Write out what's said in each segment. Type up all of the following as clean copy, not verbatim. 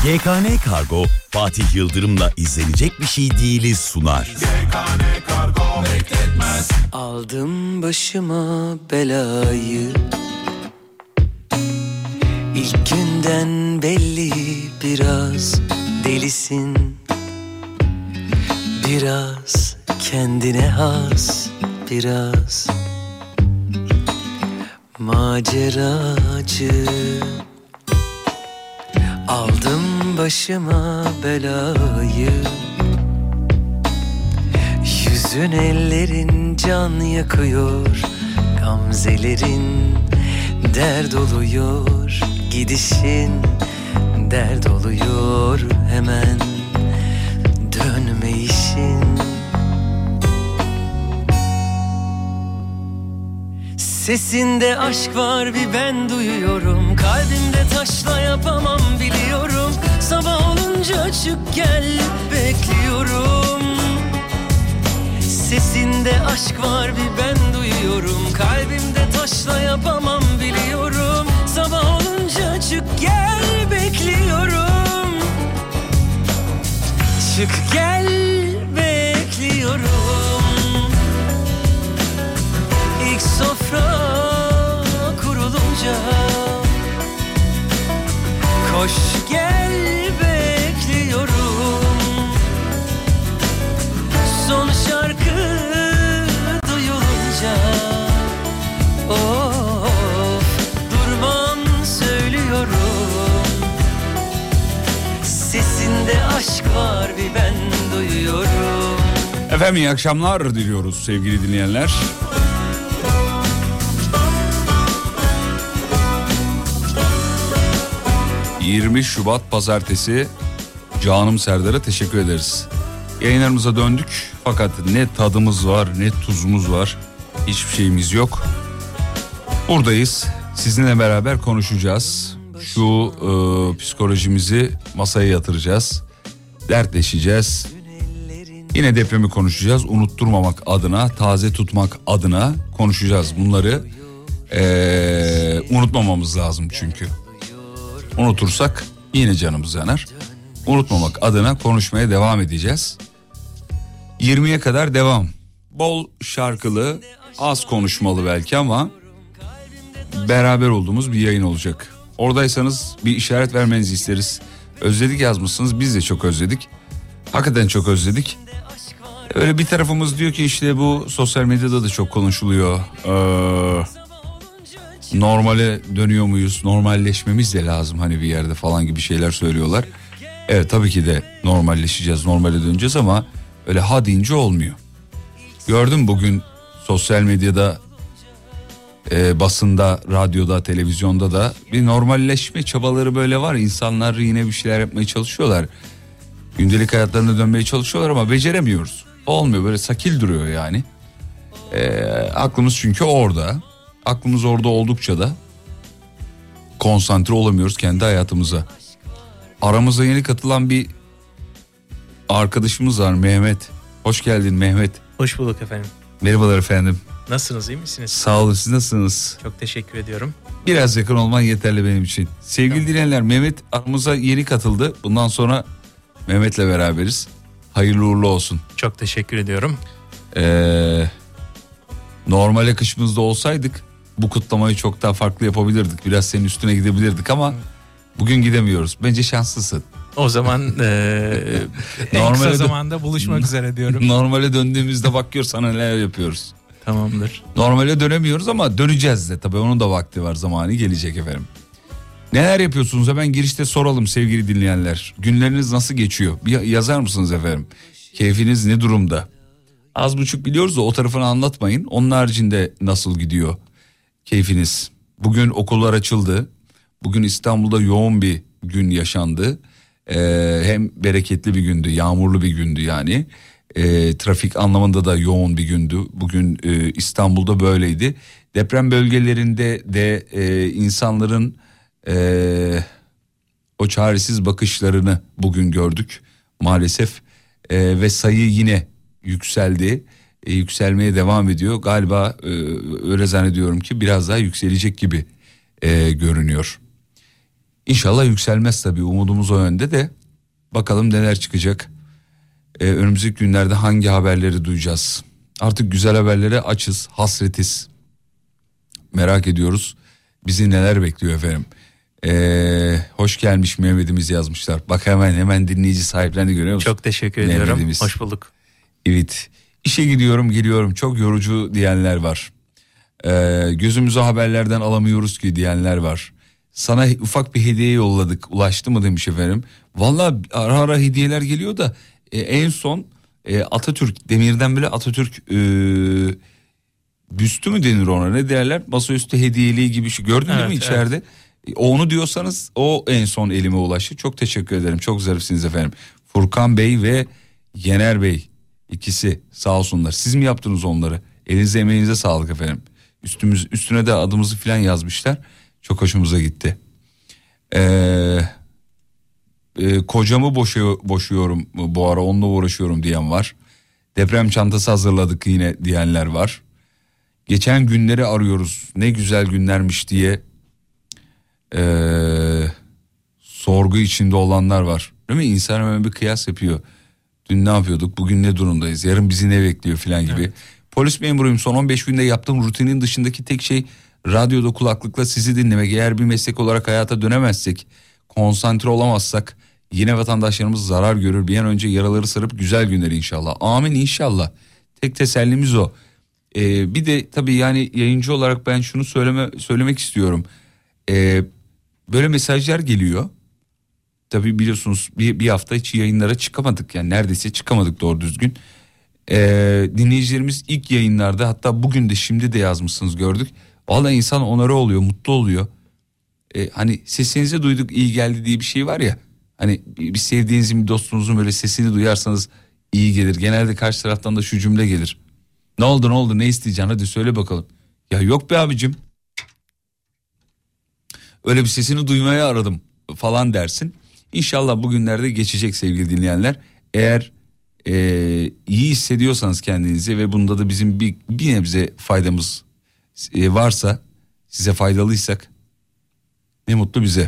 GKN Kargo Fatih Yıldırım'la izlenecek bir şey değiliz sunar. GKN Kargo bekletmez. Aldım başıma belayı, İlk günden belli biraz delisin, biraz kendine has, biraz maceracı. Aldım başıma belayı, yüzün ellerin can yakıyor, gamzelerin dert oluyor, gidişin dert oluyor, hemen dönme işin. Sesinde aşk var bir ben duyuyorum, kalbimde taşla yapamam biliyorum. Sabah olunca çık gel bekliyorum. Sesinde aşk var bir ben duyuyorum, kalbimde taşla yapamam biliyorum. Sabah olunca çık gel bekliyorum. Çık gel bekliyorum. İlk sofra kurulunca koş gel bekliyorum. Son şarkı duyulunca of durmam söylüyorum. Sesinde aşk var bir ben duyuyorum. Efendim iyi akşamlar diliyoruz sevgili dinleyenler. ...20 Şubat Pazartesi, Canım Serdar'a teşekkür ederiz. Yayınlarımıza döndük fakat ne tadımız var ne tuzumuz var, hiçbir şeyimiz yok. Buradayız, sizinle beraber konuşacağız. Şu psikolojimizi masaya yatıracağız, dertleşeceğiz. Yine depremi konuşacağız, unutturmamak adına, taze tutmak adına konuşacağız bunları. Unutmamamız lazım çünkü. Unutursak yine canımız yanar. Unutmamak adına konuşmaya devam edeceğiz. 20'ye kadar devam. Bol şarkılı, az konuşmalı belki ama beraber olduğumuz bir yayın olacak. Oradaysanız bir işaret vermenizi isteriz. Özledik yazmışsınız, biz de çok özledik. Hakikaten çok özledik. Öyle bir tarafımız diyor ki işte bu sosyal medyada da çok konuşuluyor. Normale dönüyor muyuz? Normalleşmemiz de lazım hani bir yerde falan gibi şeyler söylüyorlar. Evet tabii ki de normalleşeceğiz, normale döneceğiz ama öyle ha deyince olmuyor. Gördüm bugün sosyal medyada, basında, radyoda, televizyonda da bir normalleşme çabaları böyle var. İnsanlar yine bir şeyler yapmaya çalışıyorlar. Gündelik hayatlarına dönmeye çalışıyorlar ama beceremiyoruz. Olmuyor, böyle sakil duruyor yani. Aklımız çünkü orada. Aklımız orada oldukça da konsantre olamıyoruz kendi hayatımıza. Aramıza yeni katılan bir arkadaşımız var, Mehmet. Hoş geldin Mehmet. Hoş bulduk efendim. Merhabalar efendim. Nasılsınız, iyi misiniz? Sağ olun, siz nasılsınız? Çok teşekkür ediyorum. Biraz yakın olman yeterli benim için. Sevgili dinleyenler, Mehmet aramıza yeni katıldı. Bundan sonra Mehmet'le beraberiz. Hayırlı uğurlu olsun. Çok teşekkür ediyorum. Normal akışımızda olsaydık bu kutlamayı çok daha farklı yapabilirdik. Biraz senin üstüne gidebilirdik ama bugün gidemiyoruz. Bence şanslısın. O zaman en kısa zamanda buluşmak üzere diyorum. Normale döndüğümüzde bak gör sana neler yapıyoruz. Tamamdır. Normale dönemiyoruz ama döneceğiz de tabii, onun da vakti var, zamanı gelecek efendim. Neler yapıyorsunuz? Hemen girişte soralım sevgili dinleyenler. Günleriniz nasıl geçiyor? Bir yazar mısınız efendim? Keyfiniz ne durumda? Az buçuk biliyoruz da o tarafını anlatmayın. Onun haricinde nasıl gidiyor keyfiniz? Bugün okullar açıldı. Bugün İstanbul'da yoğun bir gün yaşandı. Hem bereketli bir gündü, yağmurlu bir gündü yani. Trafik anlamında da yoğun bir gündü. Bugün İstanbul'da böyleydi. Deprem bölgelerinde de insanların o çaresiz bakışlarını bugün gördük maalesef. Ve sayı yine yükseldi. Yükselmeye devam ediyor. Galiba öyle zannediyorum ki biraz daha yükselecek gibi görünüyor. İnşallah yükselmez tabii, umudumuz o yönde de. Bakalım neler çıkacak. Önümüzdeki günlerde hangi haberleri duyacağız? Artık güzel haberlere açız, hasretiz. Merak ediyoruz. Bizi neler bekliyor efendim. Hoş gelmiş Mehmet'imiz yazmışlar. Bak hemen dinleyici sahiplerini görüyor musun? Çok teşekkür ediyorum. Hoş bulduk. Evet. İşe gidiyorum geliyorum çok yorucu diyenler var. Gözümüzü haberlerden alamıyoruz ki diyenler var. Sana ufak bir hediye yolladık, ulaştı mı demiş efendim. Vallahi ara ara hediyeler geliyor da en son Atatürk, demirden bile Atatürk büstü mü denir ona, ne derler, masaüstü hediyeliği gibi şey gördün değil mi içeride? Evet. Onu diyorsanız o en son elime ulaştı. Çok teşekkür ederim, çok zarifsiniz efendim. Furkan Bey ve Yener Bey, ikisi sağ olsunlar. Siz mi yaptınız onları? Elinize emeğinize sağlık efendim. Üstüne de adımızı falan yazmışlar. Çok hoşumuza gitti. Kocamı boşuyorum bu ara, onunla uğraşıyorum diyen var. Deprem çantası hazırladık yine diyenler var. Geçen günleri arıyoruz, ne güzel günlermiş diye sorgu içinde olanlar var. Değil mi? İnsan hemen bir kıyas yapıyor. Dün ne yapıyorduk, bugün ne durumdayız, yarın bizi ne bekliyor falan gibi. Evet. Polis memuruyum, son 15 günde yaptığım rutinin dışındaki tek şey radyoda kulaklıkla sizi dinlemek. Eğer bir meslek olarak hayata dönemezsek, konsantre olamazsak yine vatandaşlarımız zarar görür. Bir an önce yaraları sarıp güzel günler inşallah. Amin inşallah. Tek tesellimiz o. Bir de tabii yani yayıncı olarak ben şunu söylemek istiyorum. Böyle mesajlar geliyor. Tabii biliyorsunuz bir hafta hiç yayınlara çıkamadık, yani neredeyse çıkamadık doğru düzgün. Dinleyicilerimiz ilk yayınlarda, hatta bugün de şimdi de yazmışsınız gördük. Vallahi insan onarı oluyor, mutlu oluyor. Hani sesinizi duyduk iyi geldi diye bir şey var ya. Hani bir sevdiğinizin, bir dostunuzun böyle sesini duyarsanız iyi gelir. Genelde karşı taraftan da şu cümle gelir. Ne oldu ne isteyeceksin, hadi söyle bakalım. Ya yok be abicim, öyle bir sesini duymaya aradım falan dersin. İnşallah bugünlerde geçecek sevgili dinleyenler. Eğer iyi hissediyorsanız kendinizi ve bunda da bizim bir nebze faydamız varsa, size faydalıysak ne mutlu bize.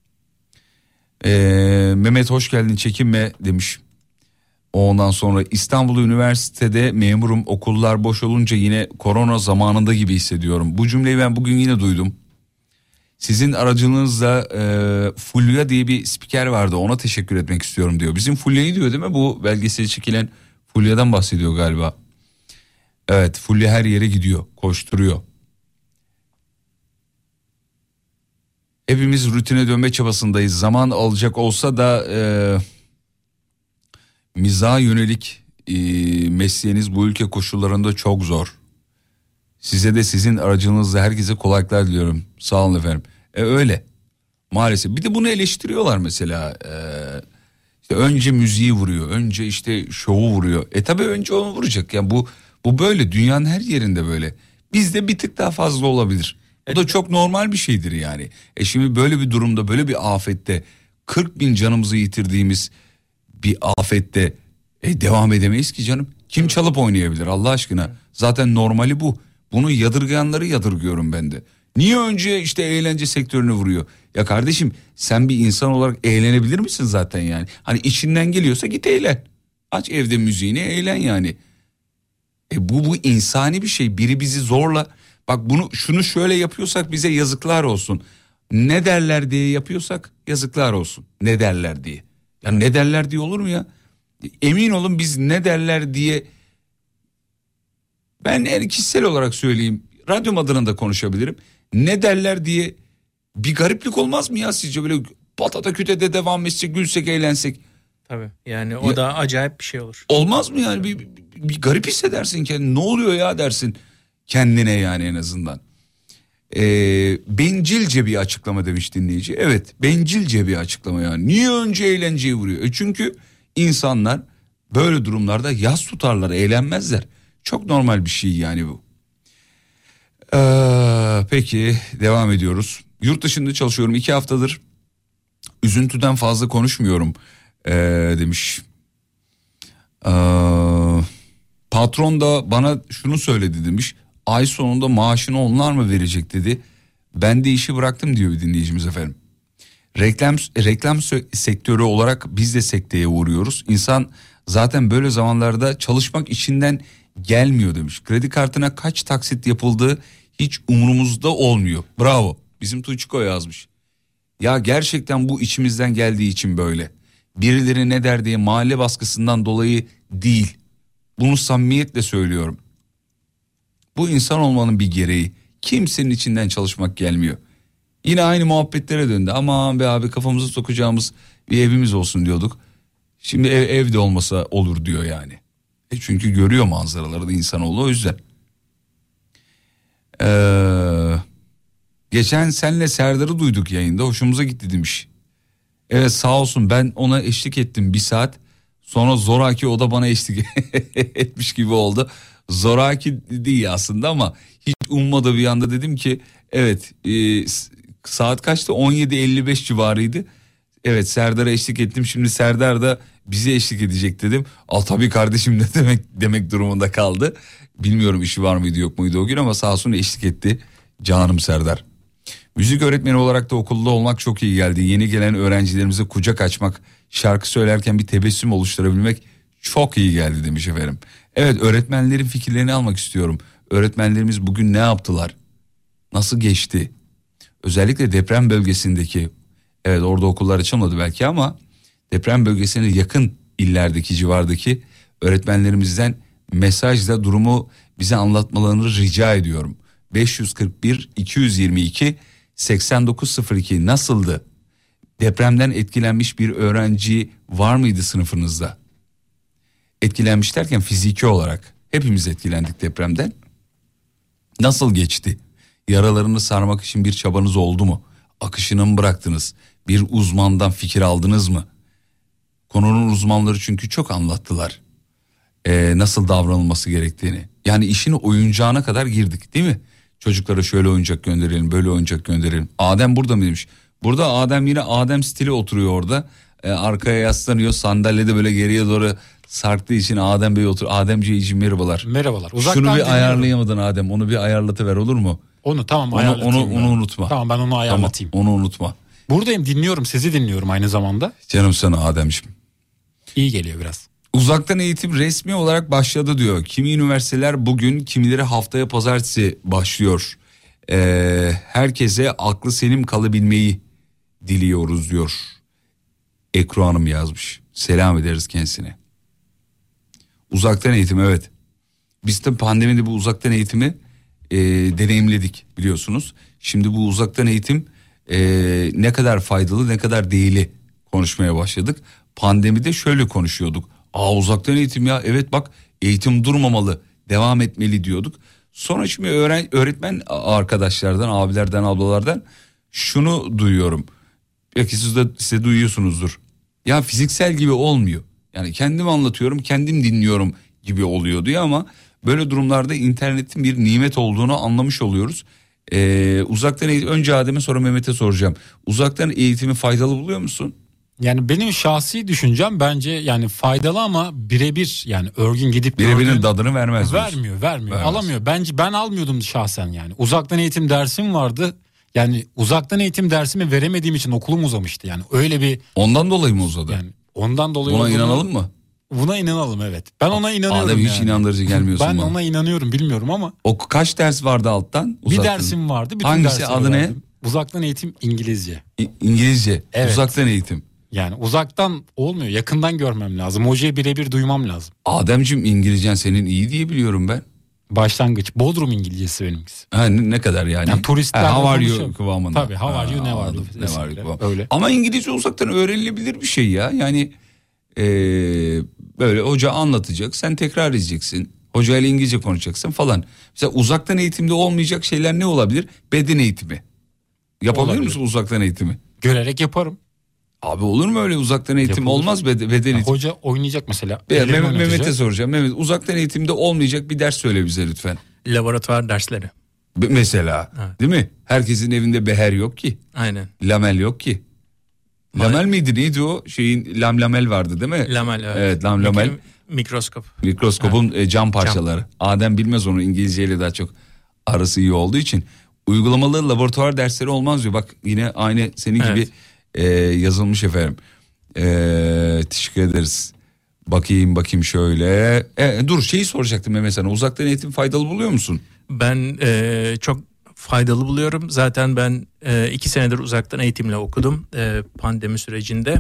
Mehmet hoş geldin, çekinme demiş. Ondan sonra İstanbul Üniversitede memurum, okullar boş olunca yine korona zamanında gibi hissediyorum. Bu cümleyi ben bugün yine duydum. Sizin aracılığınızla Fulya diye bir spiker vardı, ona teşekkür etmek istiyorum diyor. Bizim Fulya'yı diyor değil mi, bu belgeseli çekilen Fulya'dan bahsediyor galiba. Evet, Fulya her yere gidiyor, koşturuyor. Hepimiz rutine dönme çabasındayız. Zaman alacak olsa da mizaha yönelik mesleğiniz bu ülke koşullarında çok zor. Size de sizin aracınızla herkese kolaylıklar diliyorum. Sağ olun efendim. Öyle maalesef. Bir de bunu eleştiriyorlar mesela. İşte önce müziği vuruyor, önce işte şovu vuruyor. Tabii önce onu vuracak. Yani bu böyle, dünyanın her yerinde böyle. Bizde bir tık daha fazla olabilir. O da çok normal bir şeydir yani. Şimdi böyle bir durumda, böyle bir afette, 40 bin canımızı yitirdiğimiz bir afette devam edemeyiz ki canım. Kim çalıp oynayabilir Allah aşkına? Zaten normali bu. Bunu yadırgayanları yadırgıyorum ben de. Niye önce işte eğlence sektörünü vuruyor? Ya kardeşim, sen bir insan olarak eğlenebilir misin zaten yani? Hani içinden geliyorsa git eğlen. Aç evde müziğini, eğlen yani. Bu insani bir şey. Biri bizi zorla, bak şunu şöyle yapıyorsak bize yazıklar olsun. Ne derler diye yapıyorsak yazıklar olsun. Ne derler diye. Ya ne derler diye olur mu ya? Emin olun biz ne derler diye, ben kişisel olarak söyleyeyim, radyom adına da konuşabilirim. Ne derler diye bir gariplik olmaz mı ya sizce, böyle patata kütede devam etsek, gülsek, eğlensek? Tabii yani o da acayip bir şey olur. Olmaz mı yani, bir garip hissedersin kendini, ne oluyor ya dersin kendine yani en azından. Bencilce bir açıklama demiş dinleyici. Evet, bencilce bir açıklama yani. Niye önce eğlenceyi vuruyor? Çünkü insanlar böyle durumlarda yas tutarlar, eğlenmezler. Çok normal bir şey yani bu. Peki devam ediyoruz. Yurt dışında çalışıyorum 2 haftadır. Üzüntüden fazla konuşmuyorum demiş. Patron da bana şunu söyledi demiş. Ay sonunda maaşını onlar mı verecek dedi. Ben de işi bıraktım diyor bir dinleyicimiz efendim. Reklam sektörü olarak biz de sekteye uğruyoruz. İnsan zaten böyle zamanlarda çalışmak içinden gelmiyor demiş. Kredi kartına kaç taksit yapıldığı hiç umurumuzda olmuyor. Bravo. Bizim Tuğçiko yazmış. Ya gerçekten bu içimizden geldiği için böyle. Birileri ne der diye mahalle baskısından dolayı değil. Bunu samimiyetle söylüyorum. Bu insan olmanın bir gereği. Kimsenin içinden çalışmak gelmiyor. Yine aynı muhabbetlere döndü. Aman be abi, kafamızı sokacağımız bir evimiz olsun diyorduk. Şimdi evde olmasa olur diyor yani. Çünkü görüyor manzaraları da insanoğlu, o yüzden. Geçen senle Serdar'ı duyduk yayında, hoşumuza gitti demiş. Evet, sağ olsun, ben ona eşlik ettim 1 saat. Sonra zoraki o da bana eşlik etmiş gibi oldu. Zoraki değil aslında ama hiç ummadığı bir anda dedim ki evet, saat kaçtı, 17.55 civarıydı. Evet, Serdar'a eşlik ettim, şimdi Serdar da bize eşlik edecek dedim. Al tabii kardeşim ne demek durumunda kaldı. Bilmiyorum işi var mıydı yok muydu o gün ama sağ olsun eşlik etti canım Serdar. Müzik öğretmeni olarak da okulda olmak çok iyi geldi. Yeni gelen öğrencilerimize kucak açmak, şarkı söylerken bir tebessüm oluşturabilmek çok iyi geldi demiş efendim. Evet, öğretmenlerin fikirlerini almak istiyorum. Öğretmenlerimiz bugün ne yaptılar? Nasıl geçti? Özellikle deprem bölgesindeki, evet orada okullar açılmadı belki ama deprem bölgesine yakın illerdeki, civardaki öğretmenlerimizden mesajla durumu bize anlatmalarını rica ediyorum. 541 222 8902 nasıldı? Depremden etkilenmiş bir öğrenci var mıydı sınıfınızda? Etkilenmiş derken fiziki olarak hepimiz etkilendik depremden. Nasıl geçti? Yaralarını sarmak için bir çabanız oldu mu? Akışını mı bıraktınız? Bir uzmandan fikir aldınız mı? Konunun uzmanları çünkü çok anlattılar. Nasıl davranılması gerektiğini. Yani işin oyuncağına kadar girdik değil mi? Çocuklara şöyle oyuncak gönderelim, böyle oyuncak gönderelim. Adem burada mı demiş? Burada Adem yine Adem stili oturuyor orada. Arkaya yaslanıyor, sandalyede böyle geriye doğru sarktığı için Adem Bey oturuyor. Ademciğim merhabalar. Merhabalar. Uzaktan şunu bir dinliyorum. ayarlayamadın Adem, onu bir ayarlatıver olur mu? Onu tamam ayarlatayım. Onu unutma. Tamam, ben onu ayarlatayım. Tamam, onu unutma. Buradayım, dinliyorum, sizi dinliyorum aynı zamanda. Canım sana Ademciğim. İyi geliyor biraz. Uzaktan eğitim resmi olarak başladı diyor. Kimi üniversiteler bugün, kimileri haftaya pazartesi başlıyor. Herkese aklı selim kalabilmeyi diliyoruz diyor. Ekru Hanım yazmış. Selam ederiz kendisine. Uzaktan eğitim, evet. Biz de pandemide bu uzaktan eğitimi deneyimledik biliyorsunuz. Şimdi bu uzaktan eğitim ne kadar faydalı, ne kadar değili konuşmaya başladık. Pandemide şöyle konuşuyorduk. Uzaktan eğitim ya, evet bak eğitim durmamalı, devam etmeli diyorduk. Sonra şimdi öğretmen arkadaşlardan, abilerden, ablalardan şunu duyuyorum. Belki siz de duyuyorsunuzdur. Ya fiziksel gibi olmuyor. Yani kendim anlatıyorum, kendim dinliyorum gibi oluyor diyor ama böyle durumlarda internetin bir nimet olduğunu anlamış oluyoruz. Uzaktan eğitim, önce Adem'e sonra Mehmet'e soracağım. Uzaktan eğitimi faydalı buluyor musun? Yani benim şahsi düşüncem bence yani faydalı ama birebir, yani örgün gidip birebirinin dadını vermez. Vermiyor. Vermez. Alamıyor. Bence ben almıyordum şahsen yani. Uzaktan eğitim dersim vardı. Yani uzaktan eğitim dersimi veremediğim için okulum uzamıştı yani. Öyle bir... Ondan dolayı mı uzadı? Yani ondan dolayı... Buna inanalım mı? Buna inanalım, evet. Ben ona inanıyorum. Adem hiç inandırıcı gelmiyorsun ben bana. ona inanıyorum, bilmiyorum ama. O kaç ders vardı alttan? Bir dersim vardı. Bütün hangisi, adı ne? Uzaktan eğitim İngilizce. İngilizce. Evet. Uzaktan eğitim. Yani uzaktan olmuyor. Yakından görmem lazım. Hocayı birebir duymam lazım. Ademciğim İngilizcen senin iyi diye biliyorum ben. Başlangıç. Bodrum İngilizcesi benimkisi. Ne kadar yani? Yani turistlerle how are you konuşuyorum. kıvamında. Tabii how are you, ne var? Ne var kıvamında. Öyle. Ama İngilizce uzaktan öğrenilebilir bir şey ya. Yani böyle hoca anlatacak, sen tekrar edeceksin. Hocayla İngilizce konuşacaksın falan. Mesela uzaktan eğitimde olmayacak şeyler ne olabilir? Beden eğitimi. Yapabilir Olabilir. misin uzaktan eğitimi? Görerek yaparım. Abi olur mu öyle uzaktan eğitim? Yapılır. Olmaz beden eğitimi. Hoca oynayacak mesela. Mehmet'e soracağım. Mehmet, uzaktan eğitimde olmayacak bir ders söyle bize lütfen. Laboratuvar dersleri. Mesela, evet. Değil mi? Herkesin evinde beher yok ki. Aynen. Lamel yok ki. Lamel miydi, neydi o? Şeyin lamel vardı değil mi? Lamel, evet. Evet, lamel. Mikroskop. Mikroskopun cam parçaları. Adem bilmez onu, İngilizceyle daha çok arası iyi olduğu için. Uygulamalı laboratuvar dersleri olmaz diyor. Bak yine aynı senin gibi yazılmış efendim. Teşekkür ederiz. Bakayım şöyle. Dur şeyi soracaktım Mehmet sana. Uzaktan eğitim faydalı buluyor musun? Ben çok faydalı buluyorum. Zaten ben 2 senedir uzaktan eğitimle okudum pandemi sürecinde.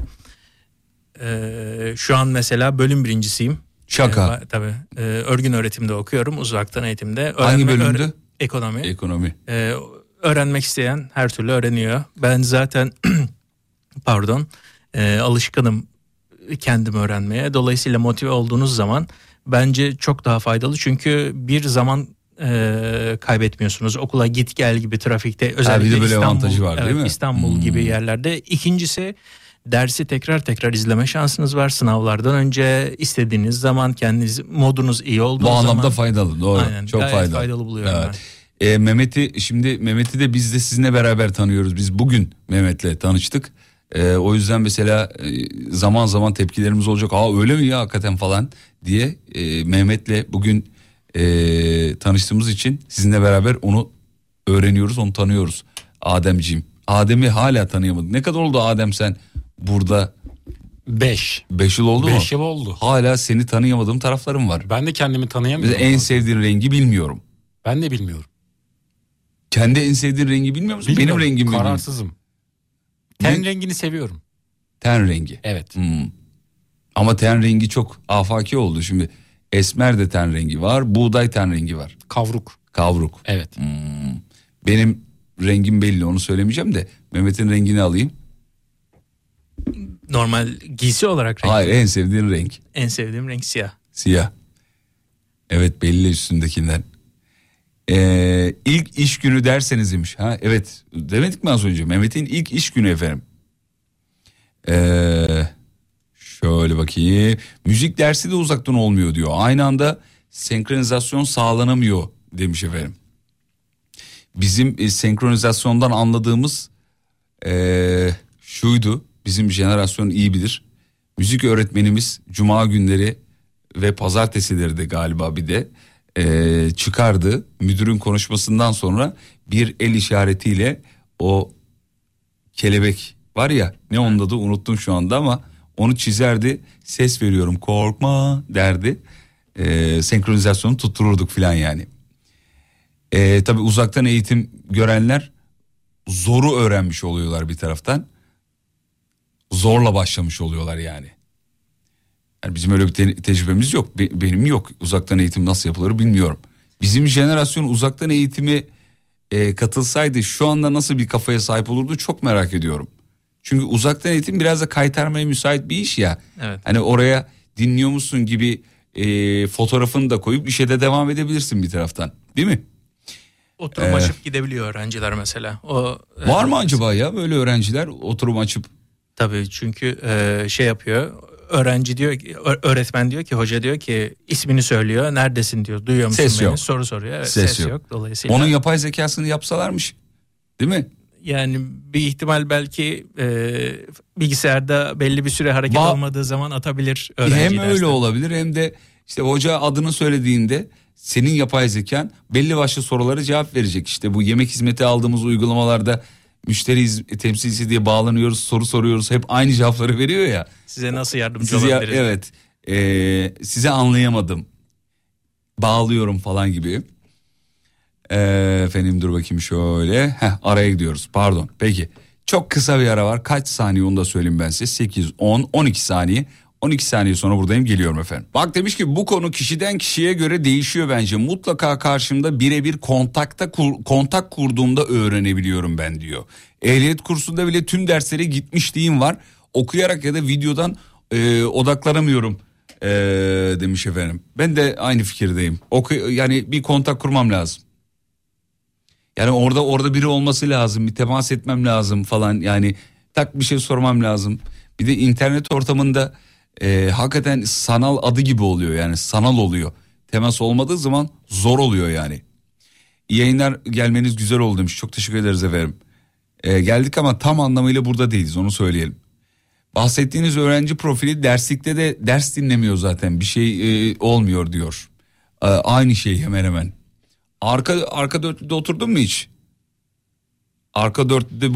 Şu an mesela bölüm birincisiyim. Şaka. Tabii. Örgün öğretimde okuyorum uzaktan eğitimde. Hangi bölümdü? Ekonomi. Ekonomi. Öğrenmek isteyen her türlü öğreniyor. Ben zaten alışkınım kendim öğrenmeye. Dolayısıyla motive olduğunuz zaman bence çok daha faydalı. Çünkü bir zaman kaybetmiyorsunuz. Okula git gel gibi trafikte, özellikle bir de böyle İstanbul, avantajı var değil mi? İstanbul gibi yerlerde. İkincisi, dersi tekrar izleme şansınız var. Sınavlardan önce istediğiniz zaman kendiniz modunuz iyi olduğu zaman. Bu anlamda faydalı, doğru. Aynen, çok faydalı buluyorum evet. ben. Mehmet'i de biz de sizinle beraber tanıyoruz. Biz bugün Mehmet'le tanıştık. O yüzden mesela zaman zaman tepkilerimiz olacak. Öyle mi ya hakikaten falan diye Mehmet'le bugün tanıştığımız için sizinle beraber onu öğreniyoruz, onu tanıyoruz. Ademciğim. Adem'i hala tanıyamadık. Ne kadar oldu Adem sen burada? 5 yıl oldu mu? 5 yıl oldu. Hala seni tanıyamadığım taraflarım var. Ben de kendimi tanıyamıyorum. Mesela en sevdiğin rengi bilmiyorum. Ben de bilmiyorum. Kendi en sevdiğin rengi bilmiyor musun? Bilmiyorum. Benim rengim bilmiyorum. Kararsızım. Ten rengini seviyorum. Ten rengi. Evet. Ama ten rengi çok afaki oldu. Şimdi esmer de ten rengi var, buğday ten rengi var. Kavruk. Evet. Benim rengim belli, onu söylemeyeceğim de Mehmet'in rengini alayım. Normal giysi olarak renk. Hayır, en sevdiğin renk. En sevdiğim renk siyah. Siyah. Evet, belli üstündekinden. İlk iş günü derseniz demiş. Evet, demedik mi az önce? Mehmet'in ilk iş günü efendim. Şöyle bakayım. Müzik dersi de uzaktan olmuyor diyor. Aynı anda senkronizasyon sağlanamıyor demiş efendim. Bizim senkronizasyondan anladığımız şuydu. Bizim jenerasyon iyi bilir. Müzik öğretmenimiz cuma günleri ve pazartesileri de galiba bir de çıkardı. Müdürün konuşmasından sonra bir el işaretiyle o kelebek var ya, ne onun adı unuttum şu anda ama onu çizerdi. Ses veriyorum korkma derdi. Senkronizasyonu tuttururduk filan yani. Tabii uzaktan eğitim görenler zoru öğrenmiş oluyorlar bir taraftan. Zorla başlamış oluyorlar yani. Yani bizim öyle bir tecrübemiz yok. Benim yok. Uzaktan eğitim nasıl yapılır bilmiyorum. Bizim jenerasyon uzaktan eğitime katılsaydı şu anda nasıl bir kafaya sahip olurdu çok merak ediyorum. Çünkü uzaktan eğitim biraz da kaytarmaya müsait bir iş ya. Evet. Hani oraya dinliyormuşsun gibi fotoğrafını da koyup işe de devam edebilirsin bir taraftan. Değil mi? Oturum açıp gidebiliyor öğrenciler mesela. Var mı acaba ya böyle öğrenciler oturum açıp? Tabii, çünkü şey yapıyor. Öğrenci diyor ki, öğretmen diyor ki, hoca diyor ki, ismini söylüyor. Neredesin diyor. Duyuyor musun ses beni? Yok. Soru soruyor. Evet, ses yok. Dolayısıyla. Onun yapay zekasını yapsalarmış. Değil mi? Yani bir ihtimal belki bilgisayarda belli bir süre hareket olmadığı zaman atabilir öğrenci Hem dersten. öyle olabilir hem de işte hoca adını söylediğinde senin yapay zekan belli başlı sorulara cevap verecek. İşte bu yemek hizmeti aldığımız uygulamalarda müşteri temsilcisi diye bağlanıyoruz, soru soruyoruz, hep aynı cevapları veriyor ya. Size nasıl yardımcı olabiliriz? Evet, size anlayamadım, bağlıyorum falan gibi. Efendim dur bakayım şöyle. Araya gidiyoruz, pardon. Peki çok kısa bir ara var, kaç saniye onu da söyleyeyim ben size. 8, 10, 12 saniye. 12 saniye sonra buradayım, geliyorum efendim. Bak demiş ki bu konu kişiden kişiye göre değişiyor bence. Mutlaka karşımda birebir kontak kurduğumda öğrenebiliyorum ben diyor. Ehliyet kursunda bile tüm derslere gitmişliğim var. Okuyarak ya da videodan odaklanamıyorum demiş efendim. Ben de aynı fikirdeyim. Yani bir kontak kurmam lazım. Yani orada biri olması lazım. Bir temas etmem lazım falan. Yani bir şey sormam lazım. Bir de internet ortamında hakikaten sanal adı gibi oluyor, yani sanal oluyor. Temas olmadığı zaman zor oluyor yani. İyi yayınlar, gelmeniz güzel oldu demiş. Çok teşekkür ederiz efendim. Geldik ama tam anlamıyla burada değiliz, onu söyleyelim. Bahsettiğiniz öğrenci profili derslikte de ders dinlemiyor zaten, bir şey olmuyor diyor. Aynı şey hemen hemen. Arka dörtlüde oturdun mu hiç? Arka dörtlüde bu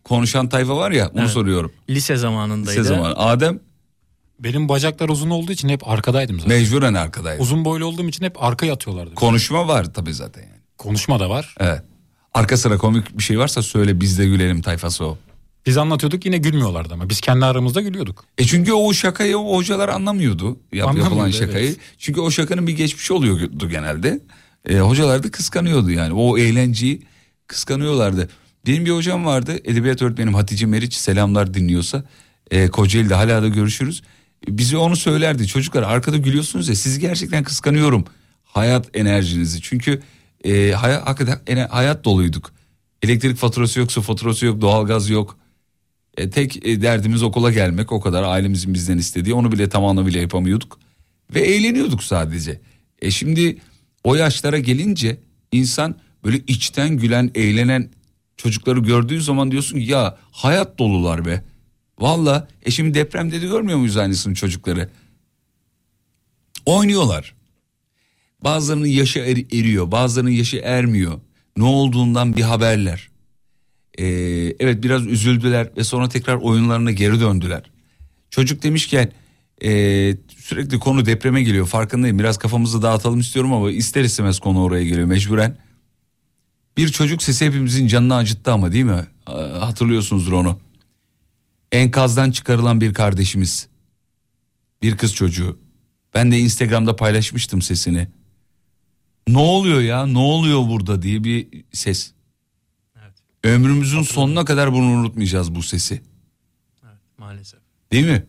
konuşan tayfa var ya, onu Evet. soruyorum. Lise zamanındaydı. Lise zamanı. Adem Benim bacaklar uzun olduğu için hep arkadaydım zaten. mecburen arkadaydı. Uzun boylu olduğum için hep arkaya atıyorlardı. Konuşma var tabii zaten yani. Konuşma da var. Evet. Arka sıra komik bir şey varsa söyle, biz de gülelim tayfası o. Biz anlatıyorduk, yine gülmüyorlardı ama biz kendi aramızda gülüyorduk. Çünkü o şakayı o hocalar anlamıyordu. Yapılan Anlamıyordu, şakayı. evet. Çünkü o şakanın bir geçmişi oluyordu genelde. Hocalar da kıskanıyordu yani. O eğlenceyi kıskanıyorlardı. Benim bir hocam vardı. Edebiyat öğretmenim Hatice Meriç, selamlar dinliyorsa. Kocaeli'de hala da görüşürüz. Bize onu söylerdi. Çocuklar arkada gülüyorsunuz ya, sizi gerçekten kıskanıyorum. Hayat enerjinizi. Çünkü hakikaten hayat doluyduk. Elektrik faturası yok, su faturası yok, doğalgaz yok. Tek derdimiz okula gelmek, o kadar. Ailemizin bizden istediği, onu bile tam anlamıyla yapamıyorduk. Ve eğleniyorduk sadece. Şimdi o yaşlara gelince insan böyle içten gülen, eğlenen çocukları gördüğü zaman diyorsun ki ya hayat dolular be. Valla şimdi depremde de görmüyor muyuz aynısını çocukları? Oynuyorlar. Bazılarının yaşı eriyor, bazılarının yaşı ermiyor. Ne olduğundan bir haberler. Evet, biraz üzüldüler ve sonra tekrar oyunlarına geri döndüler. Çocuk demişken sürekli konu depreme geliyor, farkındayım. Biraz kafamızı dağıtalım istiyorum ama ister istemez konu oraya geliyor mecburen. Bir çocuk sesi hepimizin canını acıttı ama, değil mi? Hatırlıyorsunuzdur onu. Enkazdan çıkarılan bir kardeşimiz. Bir kız çocuğu. Ben de Instagram'da paylaşmıştım sesini. Ne oluyor ya, ne oluyor burada diye bir ses. Evet. Ömrümüzün sonuna kadar bunu unutmayacağız, bu sesi. Evet, maalesef. Değil mi?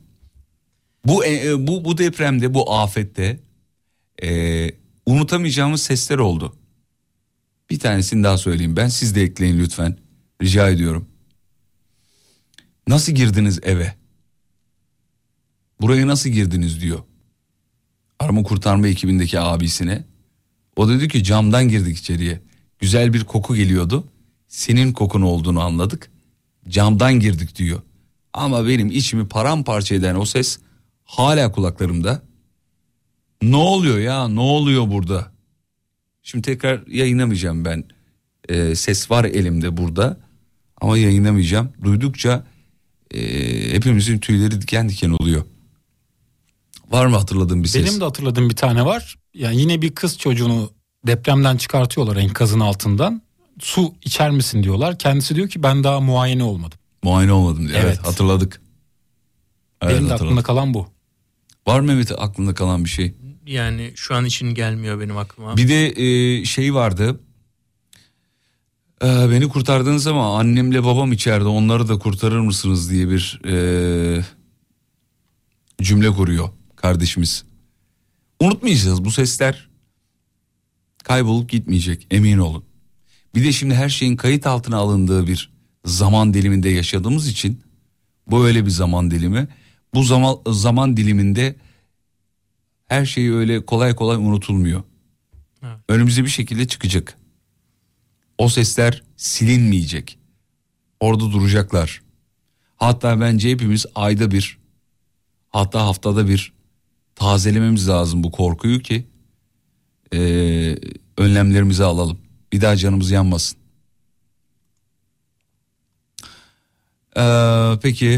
Bu depremde, bu afette unutamayacağımız sesler oldu. Bir tanesini daha söyleyeyim ben, siz de ekleyin lütfen. Rica ediyorum. Nasıl girdiniz eve? Buraya nasıl girdiniz diyor. Arama kurtarma ekibindeki abisine. O dedi ki camdan girdik içeriye. Güzel bir koku geliyordu. Senin kokun olduğunu anladık. Camdan girdik diyor. Ama benim içimi paramparça eden o ses hala kulaklarımda. Ne oluyor ya, ne oluyor burada? Şimdi tekrar yayınlamayacağım ben. Ses var elimde burada ama yayınlamayacağım. Duydukça hepimizin tüyleri diken diken oluyor. Var mı hatırladığın bir ses? Benim de hatırladığım bir tane var. Yani yine bir kız çocuğunu depremden çıkartıyorlar enkazın altından. Su içer misin diyorlar. Kendisi diyor ki ben daha muayene olmadım. Muayene olmadım diyor. Evet, Evet. hatırladık. Evet, Benim de hatırladık. aklımda kalan bu. Var mı Mehmet aklında kalan bir şey? Yani şu an için gelmiyor benim aklıma. Bir de şey vardı. Beni kurtardığınız ama annemle babam içeride, onları da kurtarır mısınız diye bir cümle kuruyor kardeşimiz. Unutmayacağız, bu sesler kaybolup gitmeyecek, emin olun. Bir de şimdi her şeyin kayıt altına alındığı bir zaman diliminde yaşadığımız için, bu öyle bir zaman dilimi. Bu zaman diliminde her şey öyle kolay kolay unutulmuyor. Evet. Önümüze bir şekilde çıkacak. O sesler silinmeyecek. Orada duracaklar. Hatta bence hepimiz ayda bir, hatta haftada bir tazelememiz lazım bu korkuyu ki önlemlerimizi alalım. Bir daha canımız yanmasın. Peki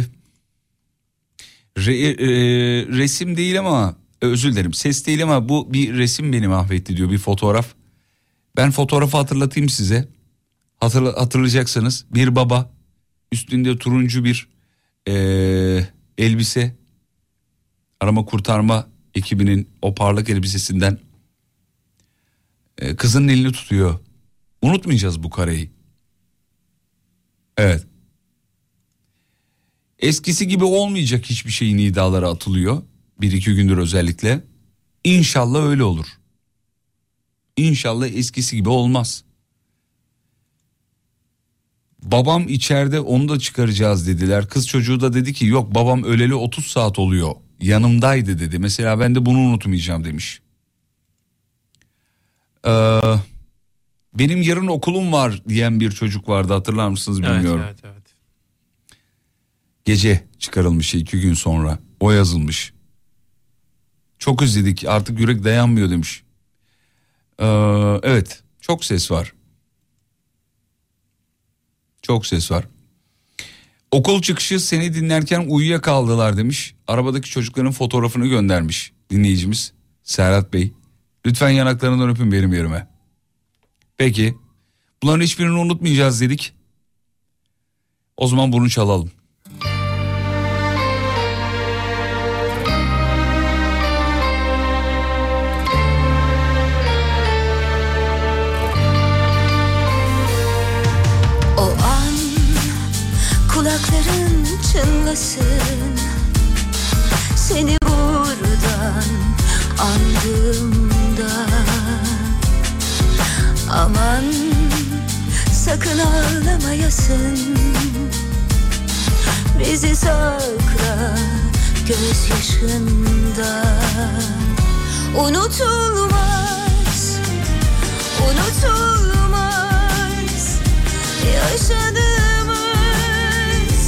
resim değil ama, özür dilerim, ses değil ama bu bir resim beni mahvetti diyor, bir fotoğraf. Ben fotoğrafı hatırlatayım size. Hatırlayacaksınız. Bir baba üstünde turuncu bir elbise, arama kurtarma ekibinin o parlak elbisesinden kızının elini tutuyor. Unutmayacağız bu kareyi. Evet. Eskisi gibi olmayacak hiçbir şeyin iddiaları atılıyor. 1-2 gündür özellikle. İnşallah öyle olur. İnşallah eskisi gibi olmaz. Babam içeride, onu da çıkaracağız dediler. Kız çocuğu da dedi ki yok, babam öleli 30 saat oluyor. Yanımdaydı dedi. Mesela ben de bunu unutmayacağım demiş. Benim yarın okulum var diyen bir çocuk vardı, hatırlar mısınız bilmiyorum. Evet. Gece çıkarılmış 2 gün sonra. O yazılmış. Çok özledik, artık yürek dayanmıyor demiş. Evet, çok ses var. Çok ses var. Okul çıkışı seni dinlerken uyuyakaldılar demiş. Arabadaki çocukların fotoğrafını göndermiş dinleyicimiz Serhat Bey. Lütfen yanaklarından öpün benim yerime. Peki. Bunların hiçbirini unutmayacağız dedik. O zaman bunu çalalım. O an kulakların çınlasın, seni buradan andığımda. Aman sakın ağlamayasın, bizi sakla gözyaşında. Unutulmaz, unutulmaz yaşadığımız,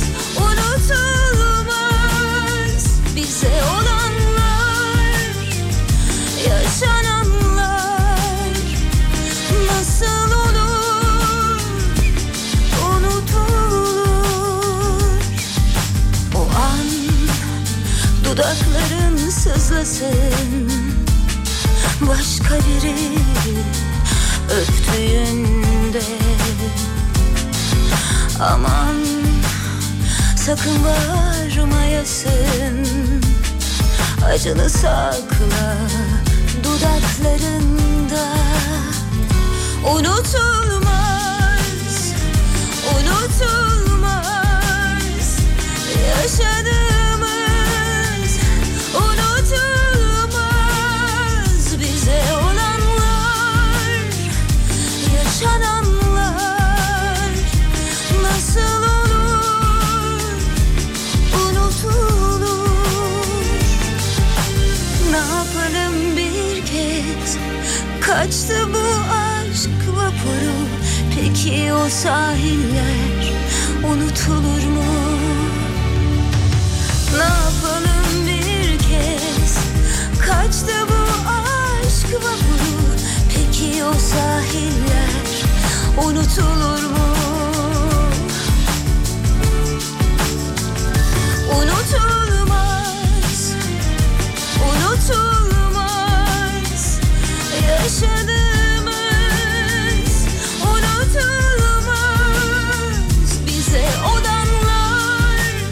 unutulmaz bize olanlar, yaşananlar nasıl olur unutulur. O an dudakların sızlasın, başka biri öptüğünde. Aman sakın bağırmayasın, acını sakla dudaklarında. Unutulmaz, unutulmaz yaşadığımız, unutulmaz bize olanlar, yaşananlar nasıl olur unutulur. Ne yapalım bir kez, kaçtı bu aşk vapuru, peki o sahiller unutulur mu? Ne yapalım bir kez, kaçtı bu aşk vapuru, peki o sahiller unutulur mu? Unutulmaz, unutulmaz yaşadığımız, unutulmaz bize olanlar,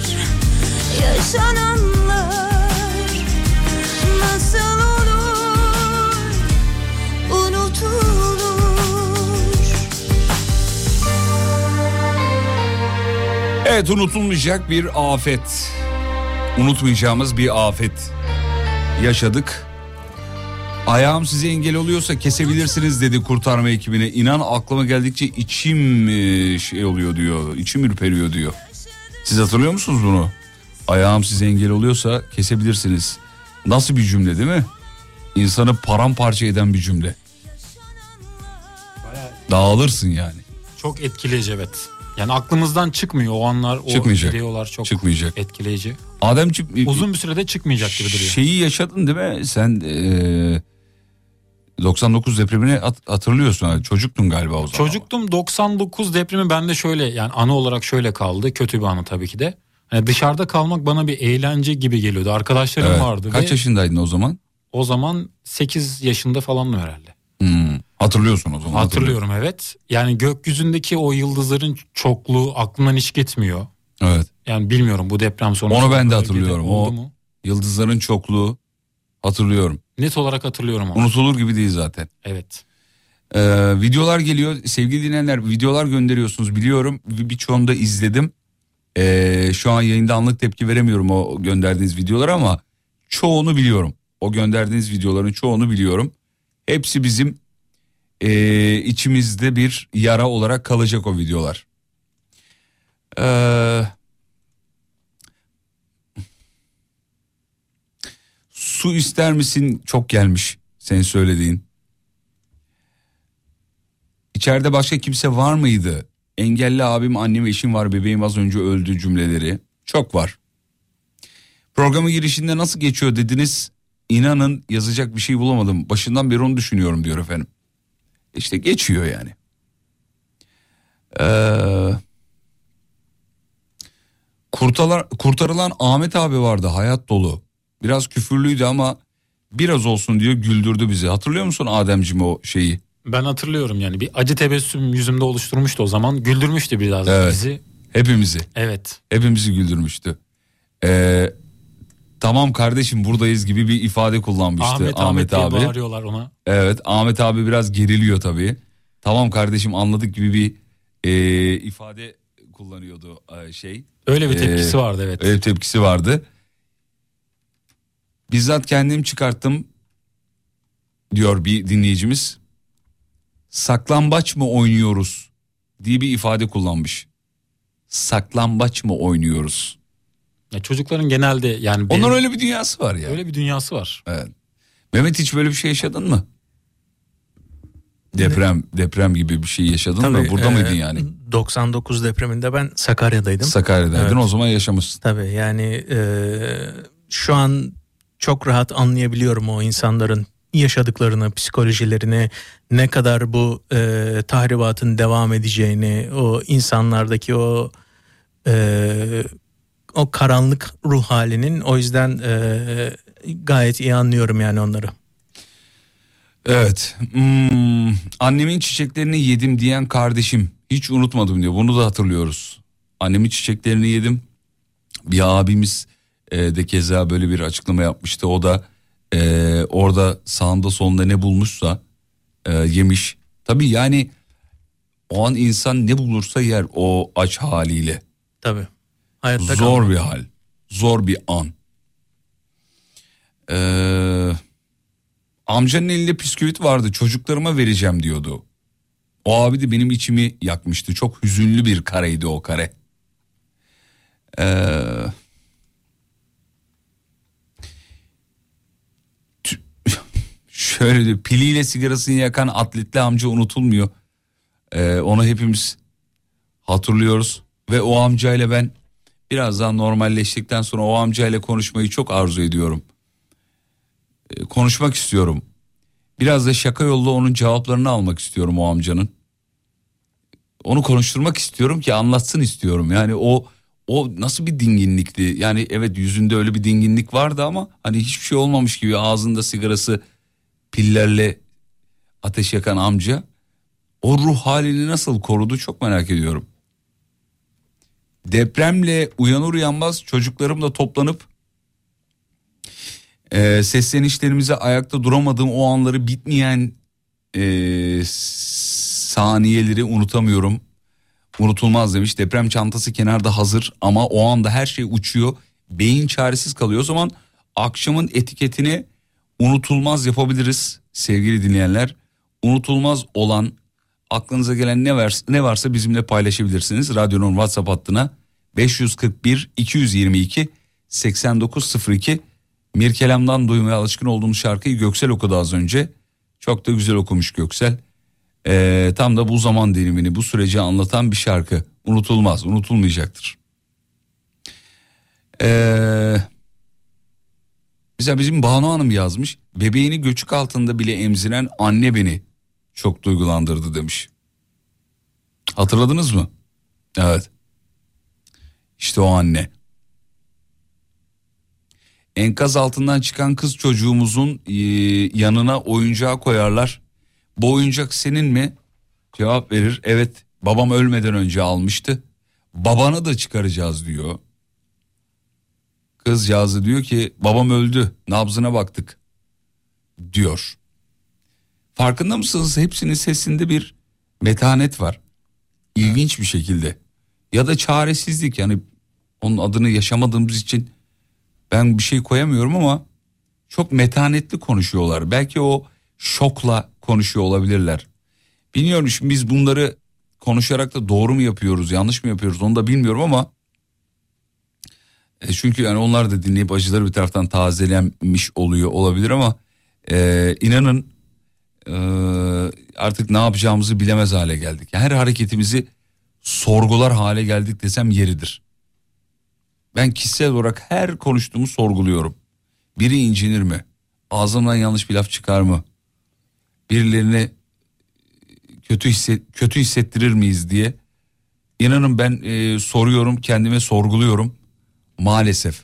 yaşananlar nasıl olur unutulur. Evet, unutulmayacak bir afet. Unutmayacağımız bir afet yaşadık. Ayağım size engel oluyorsa kesebilirsiniz dedi kurtarma ekibine. İnan aklıma geldikçe içim şey oluyor diyor. İçim ürperiyor diyor. Siz hatırlıyor musunuz bunu? Ayağım size engel oluyorsa kesebilirsiniz. Nasıl bir cümle değil mi? İnsanı paramparça eden bir cümle. Dağılırsın yani. Çok etkileyici, evet. Yani aklımızdan çıkmıyor o anlar, o Çıkmayacak. videolar çok Çıkmayacak. etkileyici. Ademciğim Uzun bir sürede çıkmayacak gibi duruyor. Şeyi yaşadın değil mi? Sen 99 depremini hatırlıyorsun. Çocuktun galiba o zaman. Çocuktum, 99 depremi bende şöyle, yani anı olarak şöyle kaldı. Kötü bir anı tabii ki de. Yani dışarıda kalmak bana bir eğlence gibi geliyordu. Arkadaşlarım Evet. vardı. Kaç yaşındaydın o zaman? O zaman 8 yaşında falandım herhalde. Hatırlıyorsun o zaman. Hatırlıyorum, evet. Yani gökyüzündeki o yıldızların çokluğu aklımdan hiç gitmiyor. Evet. Yani bilmiyorum bu deprem sonrası. Onu ben de bölgede hatırlıyorum. oldu O mu? yıldızların çokluğu hatırlıyorum. Net olarak hatırlıyorum onu. Unutulur gibi değil zaten. Evet. Videolar geliyor. Sevgili dinleyenler, videolar gönderiyorsunuz biliyorum. Birçoğunu da izledim. Şu an yayında anlık tepki veremiyorum o gönderdiğiniz videolara ama çoğunu biliyorum. O gönderdiğiniz videoların çoğunu biliyorum. Hepsi bizim içimizde bir yara olarak kalacak o videolar. Su ister misin? Çok gelmiş senin söylediğin. İçeride başka kimse var mıydı? Engelli abim, annem, eşim var, bebeğim az önce öldü cümleleri. Çok var. Programın girişinde nasıl geçiyor dediniz. İnanın yazacak bir şey bulamadım. Başından beri onu düşünüyorum diyor efendim. İşte geçiyor yani. Kurtarılan Ahmet abi vardı, hayat dolu. Biraz küfürlüydü ama biraz olsun diyor güldürdü bizi. Hatırlıyor musun Ademciğim o şeyi? Ben hatırlıyorum yani bir acı tebessüm yüzümde oluşturmuştu o zaman. Güldürmüştü biraz Evet. bizi. Hepimizi. Evet. Hepimizi güldürmüştü. Tamam kardeşim buradayız gibi bir ifade kullanmıştı Ahmet diye abi. bağırıyorlar ona. Evet, Ahmet abi biraz geriliyor tabii. Tamam kardeşim anladık gibi bir ifade kullanıyordu şey. Öyle bir tepkisi vardı, evet. Öyle bir tepkisi vardı. Bizzat kendim çıkarttım diyor bir dinleyicimiz. Saklambaç mı oynuyoruz diye bir ifade kullanmış. Saklambaç mı oynuyoruz? Ya çocukların genelde yani Onların öyle bir dünyası var ya. öyle bir dünyası var. Evet. Mehmet hiç böyle bir şey yaşadın mı? Deprem gibi bir şey yaşadın mı? Burada mıydın yani? 99 depreminde ben Sakarya'daydım. Sakarya'daydın, Evet. o zaman yaşamışsın. Tabii yani şu an çok rahat anlayabiliyorum o insanların yaşadıklarını, psikolojilerini, ne kadar bu tahribatın devam edeceğini, o insanlardaki o karanlık ruh halinin, o yüzden gayet iyi anlıyorum yani onları. Evet. Annemin çiçeklerini yedim diyen kardeşim hiç unutmadım diyor. Bunu da hatırlıyoruz. Annemin çiçeklerini yedim. Bir abimiz de keza böyle bir açıklama yapmıştı. O da orada sağında solunda ne bulmuşsa yemiş. Tabii yani o an insan ne bulursa yer o aç haliyle. Tabii. Hayatta Zor kalmak. bir hal. Zor bir an. Amcanın elinde bisküvit vardı, çocuklarıma vereceğim diyordu. O abi de benim içimi yakmıştı. Çok hüzünlü bir kareydi o kare. Şöyle de piliyle sigarasını yakan atletli amca unutulmuyor. Onu hepimiz hatırlıyoruz. Ve o amcayla ben birazdan normalleştikten sonra o amcayla konuşmayı çok arzu ediyorum. Konuşmak istiyorum. Biraz da şaka yolla onun cevaplarını almak istiyorum o amcanın. Onu konuşturmak istiyorum ki anlatsın istiyorum. Yani o nasıl bir dinginlikti? Yani evet, yüzünde öyle bir dinginlik vardı ama hani hiçbir şey olmamış gibi ağzında sigarası, pillerle ateş yakan amca o ruh halini nasıl korudu çok merak ediyorum. Depremle uyanır uyanmaz çocuklarımla toplanıp seslenişlerimize ayakta duramadığım o anları, bitmeyen saniyeleri unutamıyorum. Unutulmaz demiş. Deprem çantası kenarda hazır ama o anda her şey uçuyor. Beyin çaresiz kalıyor. O zaman akşamın etiketini unutulmaz yapabiliriz sevgili dinleyenler. Unutulmaz olan, aklınıza gelen ne varsa bizimle paylaşabilirsiniz. Radyonun WhatsApp hattına 541 222 8902. Mirkelam'dan duymaya alışkın olduğumuz şarkıyı Göksel okudu az önce. Çok da güzel okumuş Göksel. Tam da bu zaman dilimini, bu süreci anlatan bir şarkı. Unutulmaz, unutulmayacaktır. Mesela bizim Banu Hanım yazmış. Bebeğini göçük altında bile emziren anne beni çok duygulandırdı demiş. Hatırladınız mı? Evet. İşte o anne. Enkaz altından çıkan kız çocuğumuzun yanına oyuncağı koyarlar. Bu oyuncak senin mi? Cevap verir. Evet, babam ölmeden önce almıştı. Babanı da çıkaracağız diyor. Kızcağızı diyor ki babam öldü, nabzına baktık diyor. Farkında mısınız? Hepsinin sesinde bir metanet var. İlginç bir şekilde. Ya da çaresizlik, yani onun adını yaşamadığımız için ben bir şey koyamıyorum ama çok metanetli konuşuyorlar. Belki o şokla konuşuyor olabilirler. Bilmiyorum, şimdi biz bunları konuşarak da doğru mu yapıyoruz, yanlış mı yapıyoruz onu da bilmiyorum ama çünkü yani onlar da dinleyip acıları bir taraftan tazelenmiş oluyor olabilir ama inanın artık ne yapacağımızı bilemez hale geldik. Yani her hareketimizi sorgular hale geldik desem yeridir. Ben kişisel olarak her konuştuğumu sorguluyorum. Biri incinir mi? Ağzımdan yanlış bir laf çıkar mı? Birilerine kötü hissettirir miyiz diye. İnanın ben soruyorum, kendime sorguluyorum. Maalesef.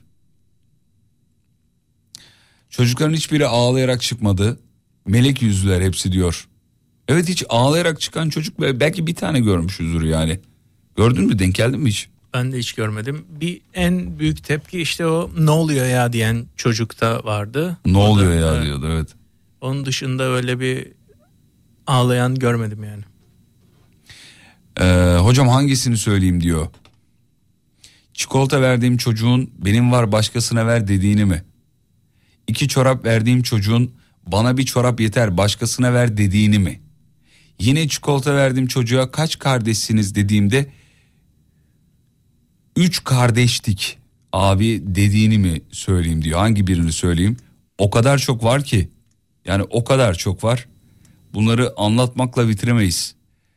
Çocukların hiçbiri ağlayarak çıkmadı. Melek yüzlüler hepsi diyor. Evet, hiç ağlayarak çıkan çocuk belki bir tane görmüşüzdür yani. Gördün mü, denk geldin mi hiç? Ben de hiç görmedim. Bir en büyük tepki işte o ne oluyor ya diyen çocukta vardı. Ne oluyor ya diyordu, evet. Onun dışında öyle bir ağlayan görmedim yani. Hocam hangisini söyleyeyim diyor. Çikolata verdiğim çocuğun benim var başkasına ver dediğini mi? 2 çorap verdiğim çocuğun bana bir çorap yeter başkasına ver dediğini mi? Yine çikolata verdiğim çocuğa kaç kardeşsiniz dediğimde 3 kardeştik abi dediğini mi söyleyeyim diyor. Hangi birini söyleyeyim? O kadar çok var ki, yani o kadar çok var. Bunları anlatmakla bitiremeyiz.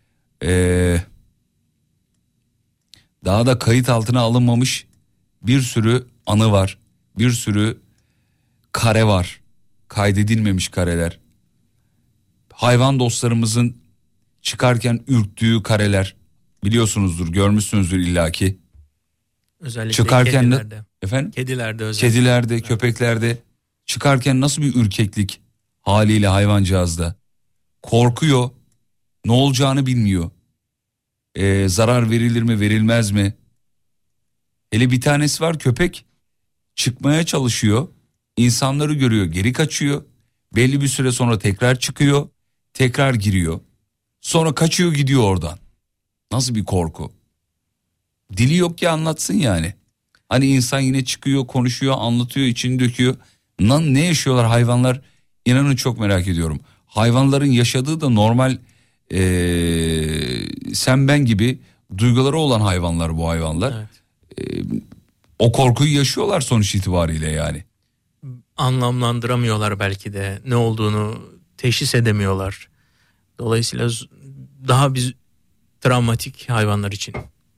Daha da kayıt altına alınmamış bir sürü anı var. Bir sürü kare var. Kaydedilmemiş kareler. Hayvan dostlarımızın çıkarken ürktüğü kareler. Biliyorsunuzdur, görmüşsünüzdür illaki. Özellikle çıkarken kedilerde. Efendim? Kedilerde özellikle. Kedilerde, köpeklerde çıkarken nasıl bir ürkeklik haliyle hayvancağızda. Korkuyor. Ne olacağını bilmiyor. Zarar verilir mi, verilmez mi? Hele bir tanesi var, köpek. Çıkmaya çalışıyor. İnsanları görüyor, geri kaçıyor. Belli bir süre sonra tekrar çıkıyor. Tekrar giriyor. Sonra kaçıyor, gidiyor oradan. Nasıl bir korku? Dili yok ki anlatsın yani. Hani insan yine çıkıyor, konuşuyor, anlatıyor, içini döküyor. Ne yaşıyorlar hayvanlar? İnanın çok merak ediyorum. Hayvanların yaşadığı da normal sen ben gibi duyguları olan hayvanlar bu hayvanlar. Evet. O korkuyu yaşıyorlar sonuç itibariyle yani. Anlamlandıramıyorlar belki de, ne olduğunu teşhis edemiyorlar. Dolayısıyla daha bir travmatik hayvanlar için.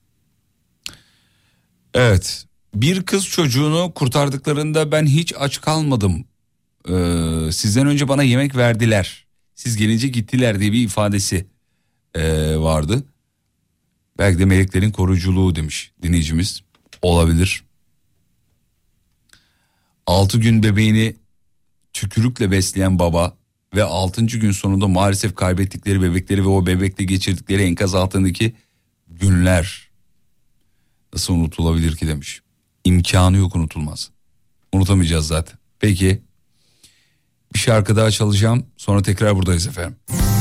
Evet, bir kız çocuğunu kurtardıklarında ben hiç aç kalmadım. Sizden önce bana yemek verdiler. Siz gelince gittiler diye bir ifadesi vardı. Belki de meleklerin koruyuculuğu demiş dinleyicimiz. Olabilir. 6 gün bebeğini tükürükle besleyen baba ve 6. gün sonunda maalesef kaybettikleri bebekleri ve o bebekle geçirdikleri enkaz altındaki günler nasıl unutulabilir ki demiş. İmkanı yok, unutulmaz. Unutamayacağız zaten. Peki bir şarkı daha çalacağım, sonra tekrar buradayız efendim.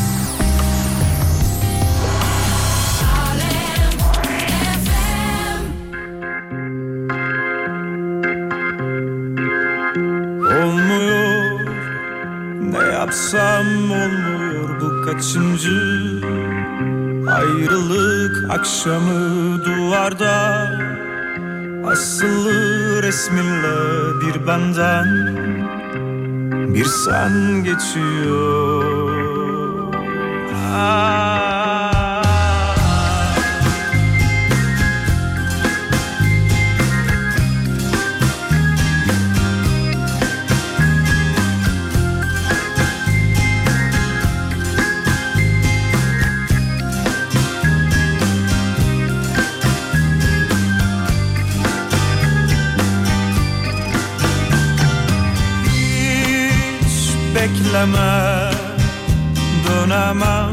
Olmuyor, ne yapsam olmuyor, bu kaçıncı ayrılık akşamı, duvarda asılı resminle bir benden bir sen geçiyor. Bekleme, dönemem,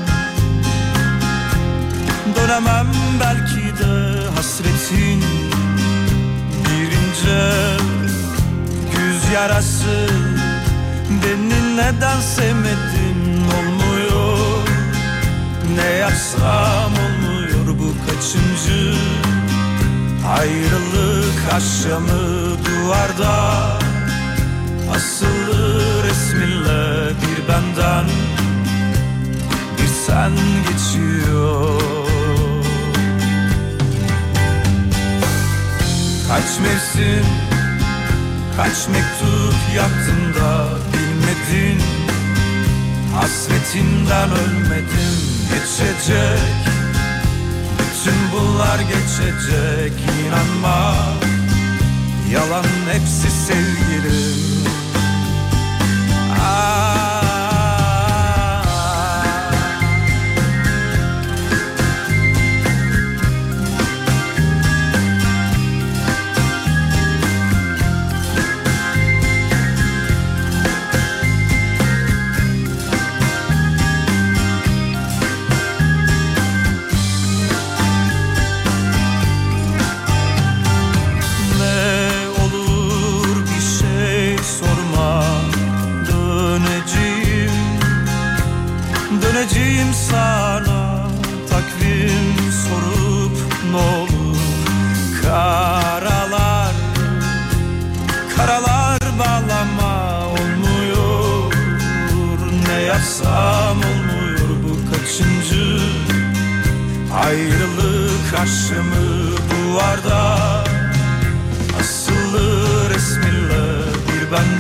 dönemem belki de hasretin bir ince güz yarası. Beni neden sevmedin, olmuyor, ne yapsam olmuyor, bu kaçıncı ayrılık akşamı, duvarda asılı resminle bir benden bir sen geçiyor. Kaç mevsim, kaç mektup yaktın da bilmedin, hasretinden ölmedim. Geçecek, bütün bunlar geçecek, inanma, yalan hepsi sevgilim.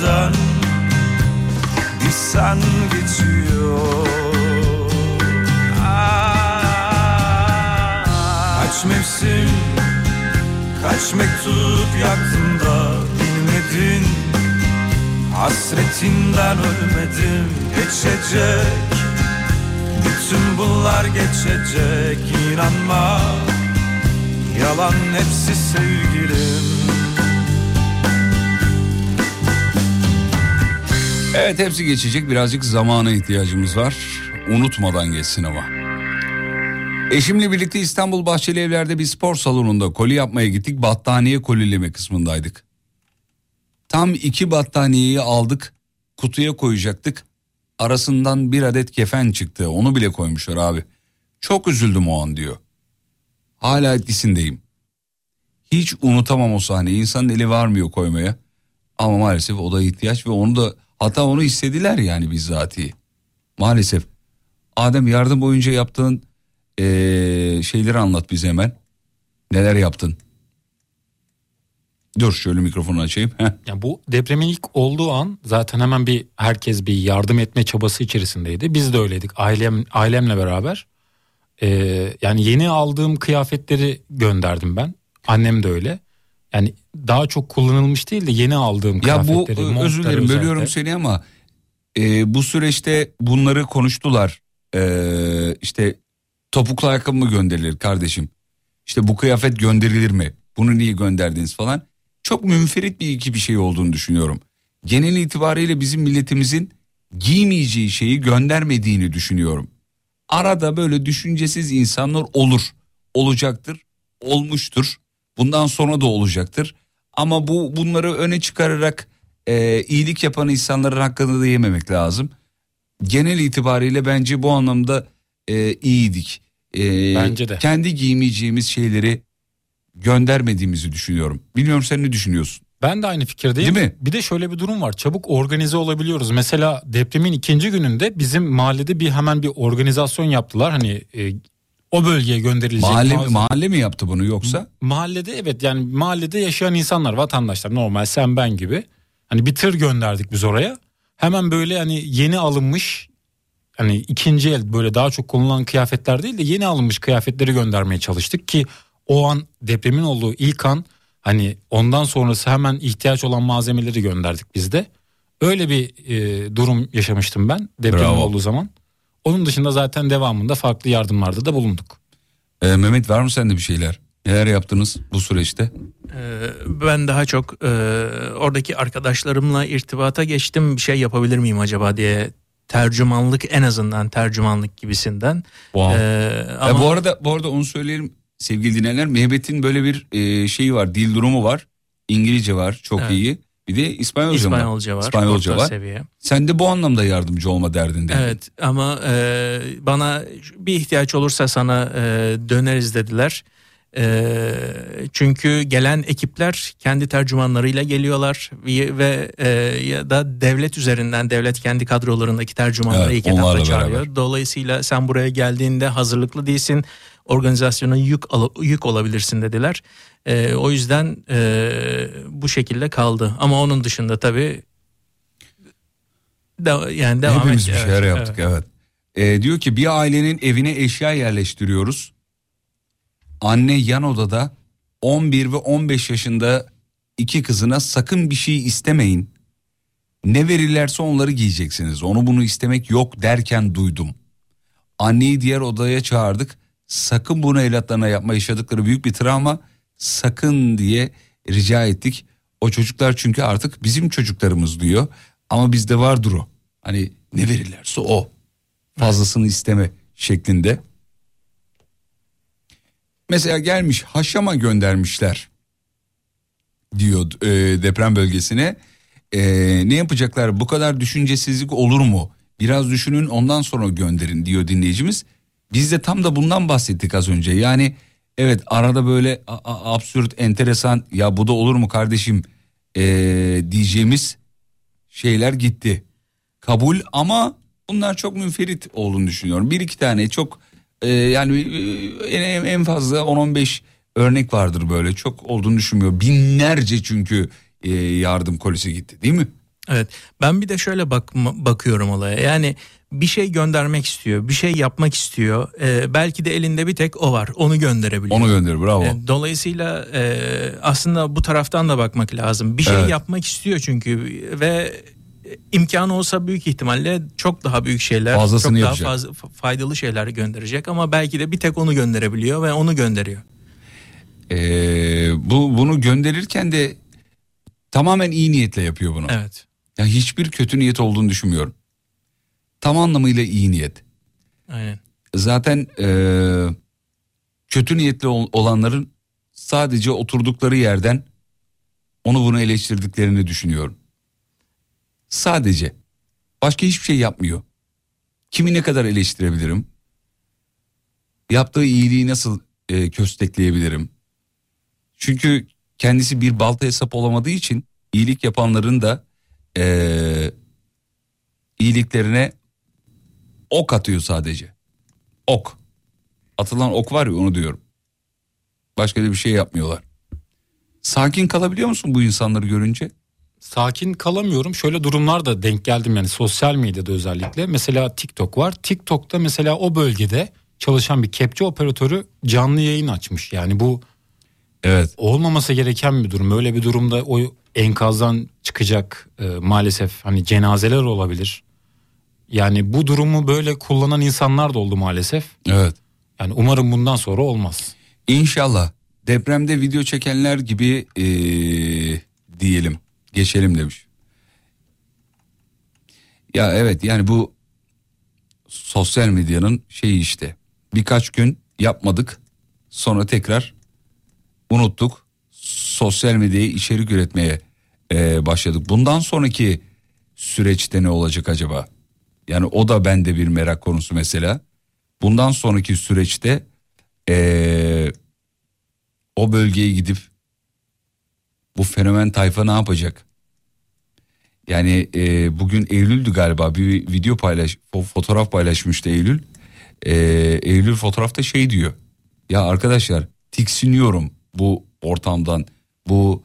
içimden bir sen geçiyor. Kaç mevsim, kaç mektup yaktın da bilmedin. Hasretinden ölmedim, geçecek. Bütün bunlar geçecek, inanma. Yalan hepsi sevgilim. Evet, hepsi geçecek, birazcık zamana ihtiyacımız var. Unutmadan geçsin ama. Eşimle birlikte İstanbul Bahçeli Evler'de bir spor salonunda koli yapmaya gittik. Battaniye kolileme kısmındaydık. Tam 2 battaniyeyi aldık, kutuya koyacaktık. Arasından bir adet kefen çıktı. Onu bile koymuşlar abi. Çok üzüldüm o an diyor. Hala etkisindeyim. Hiç unutamam o sahneyi. İnsanın eli varmıyor koymaya. Ama maalesef o da ihtiyaç ve onu da, hatta onu istediler yani bizzatihi. Maalesef. Adem, yardım boyunca yaptığın şeyleri anlat bize hemen. Neler yaptın? Dur şöyle mikrofonu açayım. Yani bu depremin ilk olduğu an zaten hemen herkes bir yardım etme çabası içerisindeydi. Biz de öyleydik, ailemle beraber. Yani yeni aldığım kıyafetleri gönderdim ben. Annem de öyle. Yani daha çok kullanılmış değil de yeni aldığım kıyafetleri. Ya bu, özür dilerim bölüyorum seni ama bu süreçte bunları konuştular. İşte topuklu ayakkabı mı gönderilir kardeşim? İşte bu kıyafet gönderilir mi? Bunu niye gönderdiniz falan. Çok münferit bir şey olduğunu düşünüyorum. Genel itibariyle bizim milletimizin giymeyeceği şeyi göndermediğini düşünüyorum. Arada böyle düşüncesiz insanlar olur, olacaktır, olmuştur. Bundan sonra da olacaktır. Ama bunları öne çıkararak iyilik yapan insanların hakkını da yememek lazım. Genel itibariyle bence bu anlamda iyiydik. Bence de. Kendi giymeyeceğimiz şeyleri göndermediğimizi düşünüyorum. Bilmiyorum, sen ne düşünüyorsun? Ben de aynı fikirdeyim. Değil mi? Bir de şöyle bir durum var. Çabuk organize olabiliyoruz. Mesela depremin 2. gününde bizim mahallede hemen bir organizasyon yaptılar. Hani o bölgeye gönderilecek. Mahalle mi yaptı bunu yoksa? Mahallede, evet, yani mahallede yaşayan insanlar, vatandaşlar, normal sen ben gibi. Hani bir tır gönderdik biz oraya. Hemen böyle hani yeni alınmış, hani ikinci el, böyle daha çok kullanılan kıyafetler değil de yeni alınmış kıyafetleri göndermeye çalıştık ki o an, depremin olduğu ilk an, hani ondan sonrası hemen ihtiyaç olan malzemeleri gönderdik biz de. Öyle bir durum yaşamıştım ben depremin olduğu zaman. Onun dışında zaten devamında farklı yardımlarda da bulunduk. Mehmet, var mı sende bir şeyler? Neler yaptınız bu süreçte? Ben daha çok oradaki arkadaşlarımla irtibata geçtim. Bir şey yapabilir miyim acaba diye. Tercümanlık, en azından tercümanlık gibisinden. Wow. Ama... Bu arada onu söyleyelim sevgili dinleyenler. Mehmet'in böyle bir şeyi var, dil durumu var. İngilizce var, çok iyi. Bir de İspanyolca var. İspanyolca var. Seviye. Sen de bu anlamda yardımcı olma derdindeydin. Evet, ama bana bir ihtiyaç olursa sana döneriz dediler. Çünkü gelen ekipler kendi tercümanlarıyla geliyorlar ve ya da devlet üzerinden, devlet kendi kadrolarındaki tercümanları ilk etapta çağırıyor. Beraber. Dolayısıyla sen buraya geldiğinde hazırlıklı değilsin, organizasyona yük olabilirsin dediler. O yüzden bu şekilde kaldı. Ama onun dışında tabii yani devam hepimiz bir şeyler yaptık, evet. Diyor ki bir ailenin evine eşya yerleştiriyoruz. Anne yan odada 11 ve 15 yaşında 2 kızına sakın bir şey istemeyin. Ne verirlerse onları giyeceksiniz. Onu bunu istemek yok derken duydum. Anneyi diğer odaya çağırdık. Sakın bunu evlatlarına yapma, yaşadıkları büyük bir travma. Sakın diye rica ettik. O çocuklar çünkü artık bizim çocuklarımız diyor. Ama bizde vardır o. Hani ne verirlerse o. Fazlasını isteme şeklinde. Mesela gelmiş haşama göndermişler diyor deprem bölgesine. Ne yapacaklar, bu kadar düşüncesizlik olur mu? Biraz düşünün, ondan sonra gönderin diyor dinleyicimiz. Biz de tam da bundan bahsettik az önce. Yani evet, arada böyle absürt, enteresan, ya bu da olur mu kardeşim diyeceğimiz şeyler gitti. Kabul, ama bunlar çok münferit olduğunu düşünüyorum. Bir iki tane çok yani en fazla 10-15 örnek vardır böyle. Çok olduğunu düşünmüyorum. Binlerce çünkü yardım kolisi gitti, değil mi? Evet, ben bir de şöyle bakıyorum olaya. Yani bir şey göndermek istiyor, bir şey yapmak istiyor. Belki de elinde bir tek o var, onu gönderebiliyor. Onu gönder, bravo. Dolayısıyla aslında bu taraftan da bakmak lazım. Bir şey Evet. yapmak istiyor çünkü ve imkanı olsa büyük ihtimalle çok daha büyük şeyler, Fazlasını çok yapacak. daha faydalı şeyler gönderecek ama belki de bir tek onu gönderebiliyor ve onu gönderiyor. Bunu gönderirken de tamamen iyi niyetle yapıyor bunu. Evet. Ya hiçbir kötü niyet olduğunu düşünmüyorum. Tam anlamıyla iyi niyet. Aynen. Zaten kötü niyetli olanların sadece oturdukları yerden onu bunu eleştirdiklerini düşünüyorum. Sadece. Başka hiçbir şey yapmıyor. Kimi ne kadar eleştirebilirim? Yaptığı iyiliği nasıl köstekleyebilirim? Çünkü kendisi bir balta hesap olamadığı için iyilik yapanların da iyiliklerine ok atıyor sadece. Ok. Atılan ok var ya, onu diyorum. Başka da bir şey yapmıyorlar. Sakin kalabiliyor musun bu insanları görünce? Sakin kalamıyorum. Şöyle durumlar da denk geldim yani sosyal medyada özellikle. Mesela TikTok var. TikTok'ta mesela o bölgede çalışan bir kepçe operatörü canlı yayın açmış. Yani bu Evet. olmaması gereken bir durum. Öyle bir durumda o enkazdan çıkacak maalesef hani cenazeler olabilir. Yani bu durumu böyle kullanan insanlar da oldu maalesef. Evet. Yani umarım bundan sonra olmaz. İnşallah depremde video çekenler gibi diyelim, geçelim demiş. Ya evet, yani bu sosyal medyanın şeyi işte. Birkaç gün yapmadık, sonra tekrar unuttuk. Sosyal medyaya içerik üretmeye başladık. Bundan sonraki süreçte ne olacak acaba? Yani o da bende bir merak konusu mesela. Bundan sonraki süreçte o bölgeye gidip bu fenomen tayfa ne yapacak? Yani bugün Eylül'dü galiba, bir video fotoğraf paylaşmıştı Eylül. Eylül fotoğrafta şey diyor. Ya arkadaşlar, tiksiniyorum bu ortamdan, bu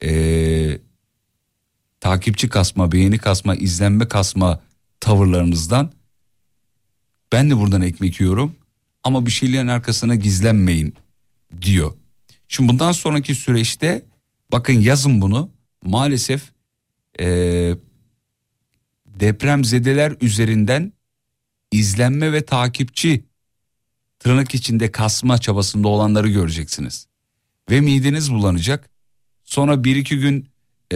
takipçi kasma, beğeni kasma, izlenme kasma tavırlarınızdan. Ben de buradan ekmek yiyorum ama bir şeylerin arkasına gizlenmeyin diyor. Şimdi bundan sonraki süreçte bakın, yazın bunu, maalesef depremzedeler üzerinden izlenme ve takipçi tırnak içinde kasma çabasında olanları göreceksiniz. Ve mideniz bulanacak. Sonra 1-2 gün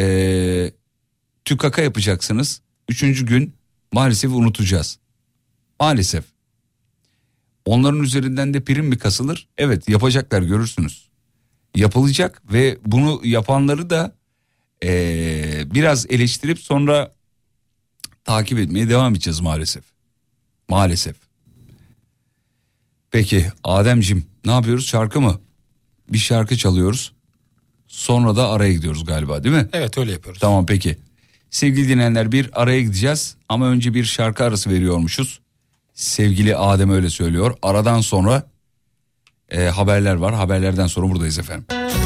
tükaka yapacaksınız. 3. gün maalesef unutacağız. Maalesef. Onların üzerinden de prim mi kasılır? Evet, yapacaklar, görürsünüz. Yapılacak ve bunu yapanları da biraz eleştirip sonra takip etmeye devam edeceğiz maalesef. Maalesef. Peki Ademciğim, ne yapıyoruz? Şarkı mı? Bir şarkı çalıyoruz. Sonra da araya gidiyoruz galiba, değil mi? Evet, öyle yapıyoruz. Tamam, peki. Sevgili dinleyenler, bir araya gideceğiz ama önce bir şarkı arası veriyormuşuz. Sevgili Adem öyle söylüyor. Aradan sonra haberler var. Haberlerden sonra buradayız efendim.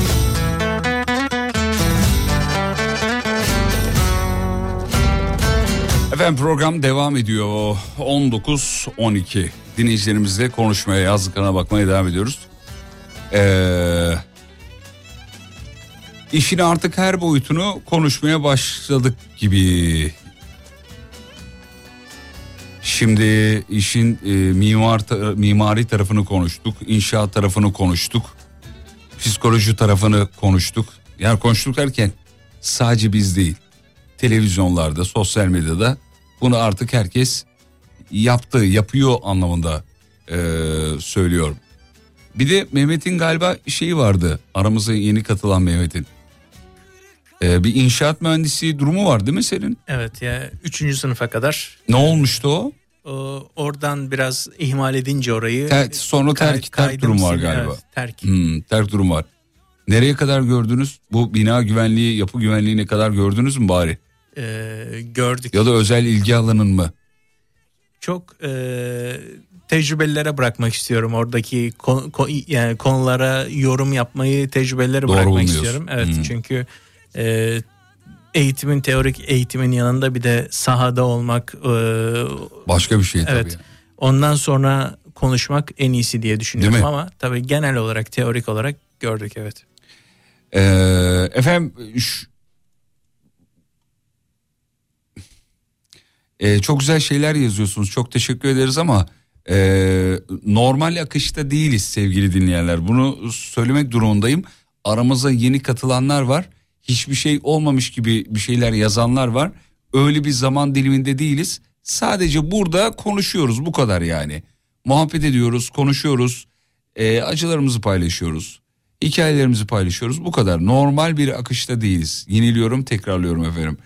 Efendim, program devam ediyor. 19-12 dinleyicilerimizle konuşmaya, yazdıklarına bakmaya devam ediyoruz. İşin artık her boyutunu konuşmaya başladık gibi. Şimdi işin mimari tarafını konuştuk, inşaat tarafını konuştuk, psikoloji tarafını konuştuk. Yani konuştuk derken sadece biz değil, televizyonlarda, sosyal medyada bunu artık herkes yapıyor anlamında söylüyorum. Bir de Mehmet'in galiba şeyi vardı, aramıza yeni katılan Mehmet'in. Bir inşaat mühendisliği durumu var değil mi senin? Evet ya, 3. sınıfa kadar. Ne olmuştu o? Oradan biraz ihmal edince orayı. Sonra terk durum var galiba. Evet, terk. Terk durum var. Nereye kadar gördünüz? Bu bina güvenliği, yapı güvenliğine kadar gördünüz mü bari? Gördük. Ya da özel ilgi alanın mı? Çok tecrübelilere bırakmak istiyorum oradaki yani konulara yorum yapmayı, tecrübelilere Doğru bırakmak bulunuyorsun. istiyorum. Evet, çünkü teorik eğitimin yanında bir de sahada olmak Başka bir şey tabii. evet. Ondan sonra konuşmak en iyisi diye düşünüyorum Değil mi? ama tabii genel olarak teorik olarak gördük evet. Efendim çok güzel şeyler yazıyorsunuz. Çok teşekkür ederiz ama normal akışta değiliz sevgili dinleyenler. Bunu söylemek durumundayım. Aramıza yeni katılanlar var. Hiçbir şey olmamış gibi bir şeyler yazanlar var. Öyle bir zaman diliminde değiliz. Sadece burada konuşuyoruz, bu kadar yani. Muhabbet ediyoruz, konuşuyoruz. Acılarımızı paylaşıyoruz. Hikayelerimizi paylaşıyoruz, bu kadar. Normal bir akışta değiliz. Yeniliyorum, tekrarlıyorum efendim.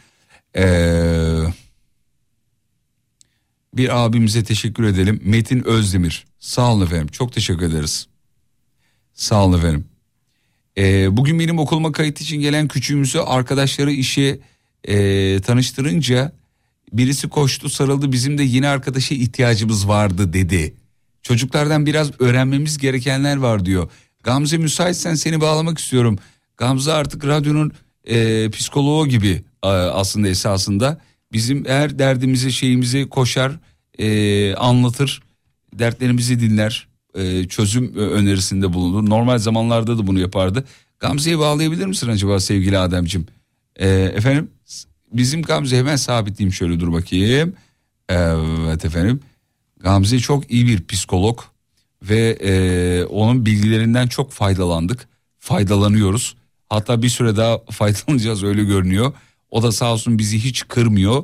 Bir abimize teşekkür edelim. Metin Özdemir. Sağ olun efendim. Çok teşekkür ederiz. Sağ olun efendim. Bugün benim okuluma kayıt için gelen küçüğümüzü arkadaşları işe tanıştırınca birisi koştu sarıldı, bizim de yeni arkadaşa ihtiyacımız vardı dedi. Çocuklardan biraz öğrenmemiz gerekenler var diyor. Gamze müsaitsen seni bağlamak istiyorum. Gamze artık radyonun psikoloğu gibi aslında esasında. Bizim her derdimizi şeyimizi koşar anlatır, dertlerimizi dinler, çözüm önerisinde bulunur. Normal zamanlarda da bunu yapardı. Gamze'yi bağlayabilir misin acaba sevgili Ademciğim? Efendim bizim Gamze, hemen sabitleyeyim şöyle, dur bakayım. Evet efendim, Gamze çok iyi bir psikolog ve onun bilgilerinden çok faydalanıyoruz. Hatta bir süre daha faydalanacağız, öyle görünüyor. O da sağ olsun bizi hiç kırmıyor,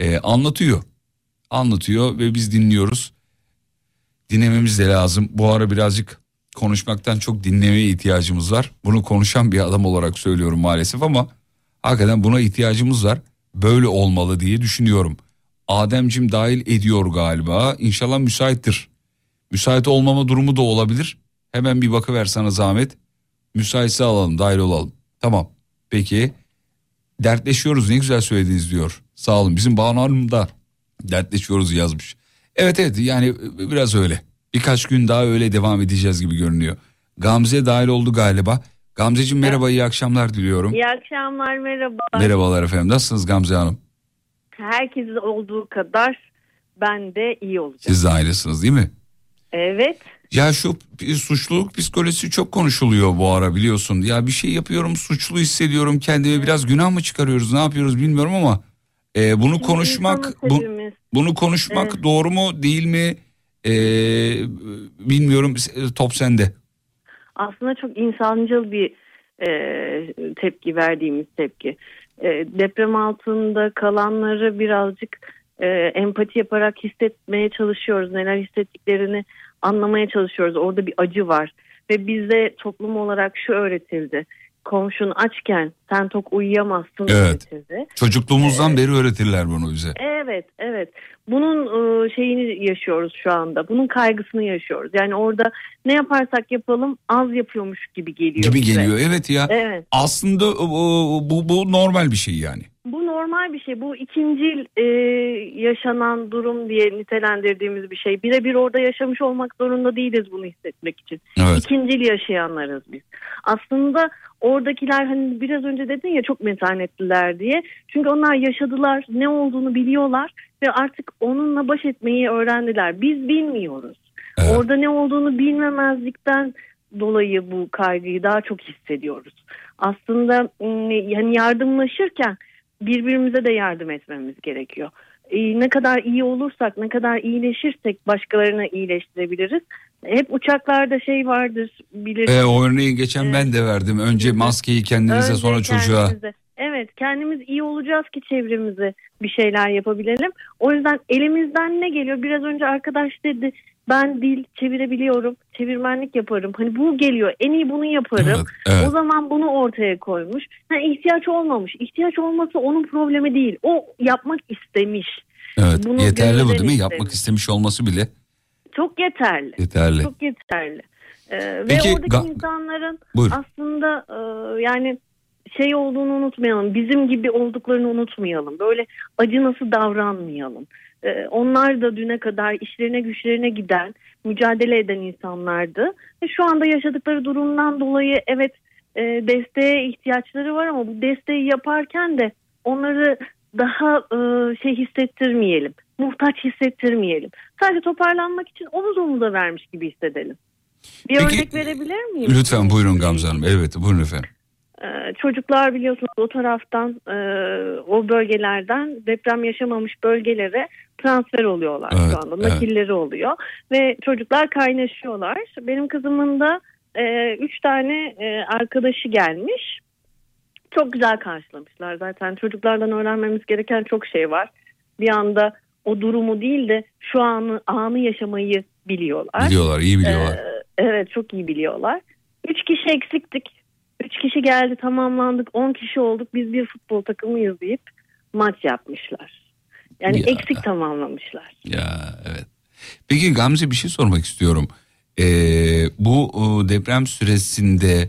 anlatıyor ve biz dinliyoruz. Dinlememiz de lazım. Bu ara birazcık konuşmaktan çok dinlemeye ihtiyacımız var. Bunu konuşan bir adam olarak söylüyorum maalesef ama hakikaten buna ihtiyacımız var. Böyle olmalı diye düşünüyorum. Ademciğim dahil ediyor galiba. İnşallah müsaittir. Müsait olmama durumu da olabilir. Hemen bir bakıver sana zahmet. Müsaitse alalım, dahil olalım. Tamam. Peki. Dertleşiyoruz, ne güzel söylediniz diyor. Sağ olun. Bizim Banu Hanım da dertleşiyoruz yazmış. Evet yani biraz öyle. Birkaç gün daha öyle devam edeceğiz gibi görünüyor. Gamze dahil oldu galiba. Gamzeciğim merhaba, iyi akşamlar diliyorum. İyi akşamlar, merhaba. Merhabalar efendim, nasılsınız Gamze Hanım? Herkes olduğu kadar ben de iyi olacağım. Siz de aynısınız değil mi? Evet. Ya şu suçluluk psikolojisi çok konuşuluyor bu ara, biliyorsun. Ya bir şey yapıyorum, suçlu hissediyorum kendimi, biraz günah mı çıkarıyoruz, ne yapıyoruz bilmiyorum ama bunu konuşmak Evet. doğru mu değil mi bilmiyorum. Top sende. Aslında çok insancıl bir tepki, verdiğimiz tepki. Deprem altında kalanları birazcık empati yaparak hissetmeye çalışıyoruz. Neler hissettiklerini anlamaya çalışıyoruz. Orada bir acı var. Ve bize toplum olarak şu öğretildi: komşun açken sen tok uyuyamazsın öğretildi. Çocukluğumuzdan beri öğretirler bunu bize. Evet. Bunun şeyini yaşıyoruz şu anda. Bunun kaygısını yaşıyoruz. Yani orada ne yaparsak yapalım az yapıyormuş gibi geliyor. bize. Evet ya. Evet. Aslında bu normal bir şey yani. Bu normal bir şey. Bu ikincil yaşanan durum diye nitelendirdiğimiz bir şey. Birebir orada yaşamış olmak zorunda değiliz bunu hissetmek için. Evet. İkincil yaşayanlarız biz. Aslında oradakiler, hani biraz önce dedin ya, çok metanetliler diye. Çünkü onlar yaşadılar, ne olduğunu biliyorlar ve artık onunla baş etmeyi öğrendiler. Biz bilmiyoruz. Evet. Orada ne olduğunu bilmemezlikten dolayı bu kaygıyı daha çok hissediyoruz. Aslında yani yardımlaşırken birbirimize de yardım etmemiz gerekiyor. Ne kadar iyi olursak, ne kadar iyileşirsek başkalarına iyileştirebiliriz. Hep uçaklarda şey vardır, bilirsiniz. O örneği geçen ben de verdim. Önce maskeyi kendinize, Önce sonra çocuğa. kendimize. Evet, kendimiz iyi olacağız ki çevremize bir şeyler yapabilelim. O yüzden elimizden ne geliyor? Biraz önce arkadaş dedi, ben dil çevirebiliyorum, çevirmenlik yaparım. Hani bu geliyor, en iyi bunu yaparım. Evet. O zaman bunu ortaya koymuş. İhtiyaç olmamış. İhtiyaç olması onun problemi değil. O yapmak istemiş. Evet. Bunu Yeterli bu gönülden değil mi? istemiş. Yapmak istemiş olması bile Çok yeterli. yeterli. Çok yeterli. Peki, ve oradaki insanların Buyur. aslında yani şey olduğunu unutmayalım. Bizim gibi olduklarını unutmayalım. Böyle acınası davranmayalım. Onlar da düne kadar işlerine güçlerine giden, mücadele eden insanlardı. Şu anda yaşadıkları durumdan dolayı evet desteğe ihtiyaçları var ama bu desteği yaparken de onları daha hissettirmeyelim. Muhtaç hissettirmeyelim. Sadece toparlanmak için omuz omuza vermiş gibi hissedelim. Bir Peki, örnek verebilir miyim? Lütfen buyurun Gamze Hanım. Evet, buyurun efendim. Çocuklar biliyorsunuz o taraftan, o bölgelerden deprem yaşamamış bölgelere transfer oluyorlar Evet, şu anda. Nakilleri oluyor ve çocuklar kaynaşıyorlar. Benim kızımın da 3 tane arkadaşı gelmiş. Çok güzel karşılamışlar zaten. Çocuklardan öğrenmemiz gereken çok şey var. Bir anda o durumu değil de şu anı yaşamayı biliyorlar. Biliyorlar, iyi biliyorlar. Evet, çok iyi biliyorlar. 3 kişi eksiktik. 3 kişi geldi, tamamlandık, 10 kişi olduk, biz bir futbol takımıyız deyip maç yapmışlar. Yani Ya. eksik tamamlamışlar. Ya evet. Peki Gamze, bir şey sormak istiyorum. Bu deprem süresinde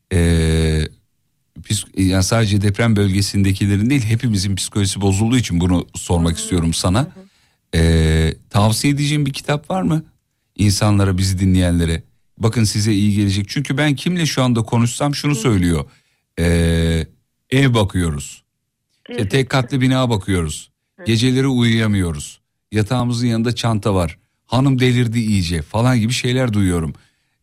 yani sadece deprem bölgesindekilerin değil, hepimizin psikolojisi bozulduğu için bunu sormak istiyorum sana. Tavsiye edeceğim bir kitap var mı? İnsanlara, bizi dinleyenlere. Bakın size iyi gelecek. Çünkü ben kimle şu anda konuşsam şunu söylüyor. Ev bakıyoruz. İşte tek katlı bina bakıyoruz. Geceleri uyuyamıyoruz. Yatağımızın yanında çanta var. Hanım delirdi iyice falan gibi şeyler duyuyorum.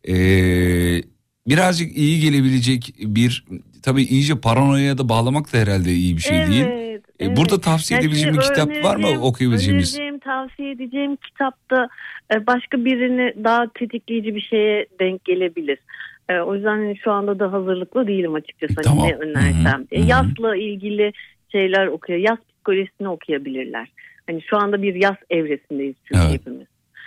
Birazcık iyi gelebilecek bir, tabii iyice paranoyaya da bağlamak da herhalde iyi bir şey değil. Evet. Burada tavsiye edebileceğim bir kitap var mı okuyabileceğimiz? Tavsiye edeceğim kitapta başka birini daha tetikleyici bir şeye denk gelebilir. O yüzden şu anda da hazırlıklı değilim açıkçası. Tamam. Ne önersem. Yasla ilgili şeyler yaz psikolojisini okuyabilirler. Hani şu anda bir yaz evresindeyiz çünkü hepimiz.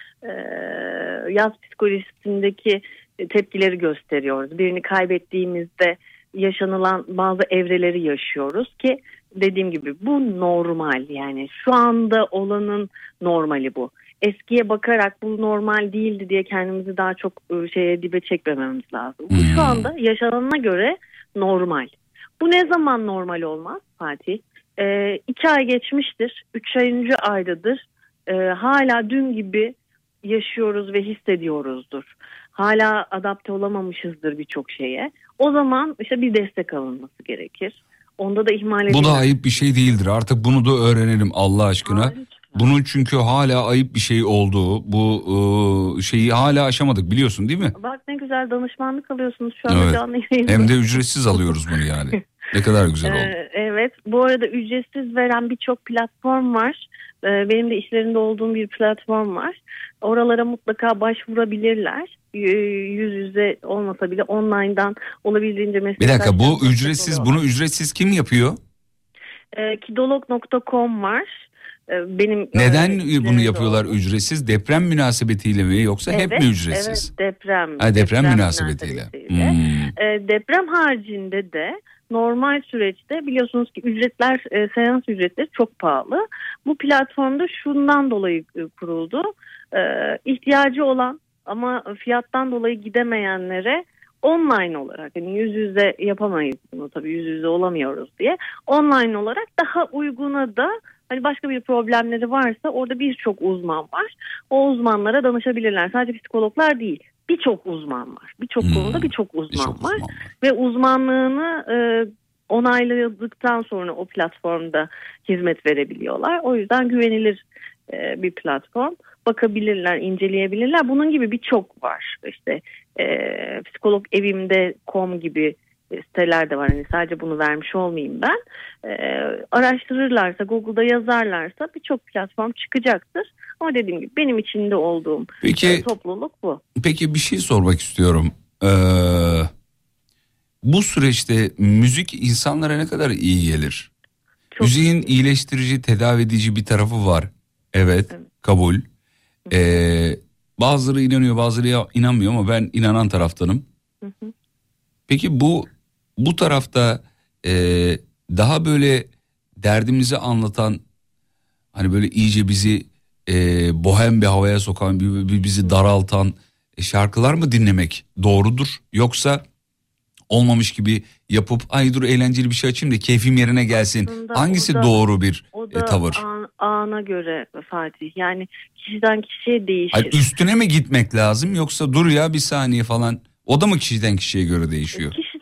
Yaz psikolojisindeki tepkileri gösteriyoruz. Birini kaybettiğimizde yaşanılan bazı evreleri yaşıyoruz ki dediğim gibi bu normal, yani şu anda olanın normali bu. Eskiye bakarak bu normal değildi diye kendimizi daha çok dibe çekmememiz lazım. Bu şu anda yaşanana göre normal. Bu ne zaman normal olmaz Fatih? 2 ay geçmiştir, 3. aydadır. Hala dün gibi yaşıyoruz ve hissediyoruzdur. Hala adapte olamamışızdır birçok şeye. O zaman işte bir destek alınması gerekir. Onda da ihmal edilmez. Bu da ayıp bir şey değildir. Artık bunu da öğrenelim Allah aşkına. Bunun çünkü hala ayıp bir şey olduğu, bu şeyi hala aşamadık, biliyorsun değil mi? Bak ne güzel danışmanlık alıyorsunuz şu anda canlı yayında. Hem de ücretsiz alıyoruz bunu yani. Ne kadar güzel oldu. Evet, bu arada ücretsiz veren birçok platform var. Benim de işlerinde olduğum bir platform var. Oralara mutlaka başvurabilirler. Yüz yüze olmasa bile online'dan olabildiğince mesaj. Bir dakika, bu ücretsiz, bunu ücretsiz kim yapıyor? Kidolog.com var. Benim neden bunu yapıyorlar ücretsiz? Deprem münasebetiyle mi yoksa hep mi ücretsiz? Evet, deprem münasebetiyle. Deprem haricinde de normal süreçte biliyorsunuz ki ücretler, seans ücretleri çok pahalı. Bu platformda şundan dolayı kuruldu. İhtiyacı olan ama fiyattan dolayı gidemeyenlere online olarak, yani yüz yüze yapamayız bunu tabii, yüz yüze olamıyoruz diye, online olarak daha uyguna da, hani başka bir problemleri varsa orada birçok uzman var. O uzmanlara danışabilirler. Sadece psikologlar değil. Birçok uzman var. Birçok konuda birçok uzman var. Ve uzmanlığını onayladıktan sonra o platformda hizmet verebiliyorlar. O yüzden güvenilir bir platform. Bakabilirler, inceleyebilirler. Bunun gibi birçok var. İşte psikologevimde.com gibi siteler de var. Hani sadece bunu vermiş olmayayım ben. Araştırırlarsa, Google'da yazarlarsa birçok platform çıkacaktır. Ama dediğim gibi benim içinde olduğum topluluk bu. Peki bir şey sormak istiyorum. Bu süreçte müzik insanlara ne kadar iyi gelir? Çok müziğin iyileştirici, tedavi edici bir tarafı var. Evet. Kabul. Bazıları inanıyor, bazıları inanmıyor ama ben inanan taraftanım. Peki bu tarafta daha böyle derdimizi anlatan, hani böyle iyice bizi bohem bir havaya sokan, bizi daraltan şarkılar mı dinlemek doğrudur? Yoksa olmamış gibi yapıp ay dur eğlenceli bir şey açayım da keyfim yerine gelsin. Aslında hangisi doğru bir tavır? Ana göre Fatih, yani kişiden kişiye değişir. Hayır, üstüne mi gitmek lazım yoksa dur ya bir saniye falan, o da mı kişiden kişiye göre değişiyor? Kişiden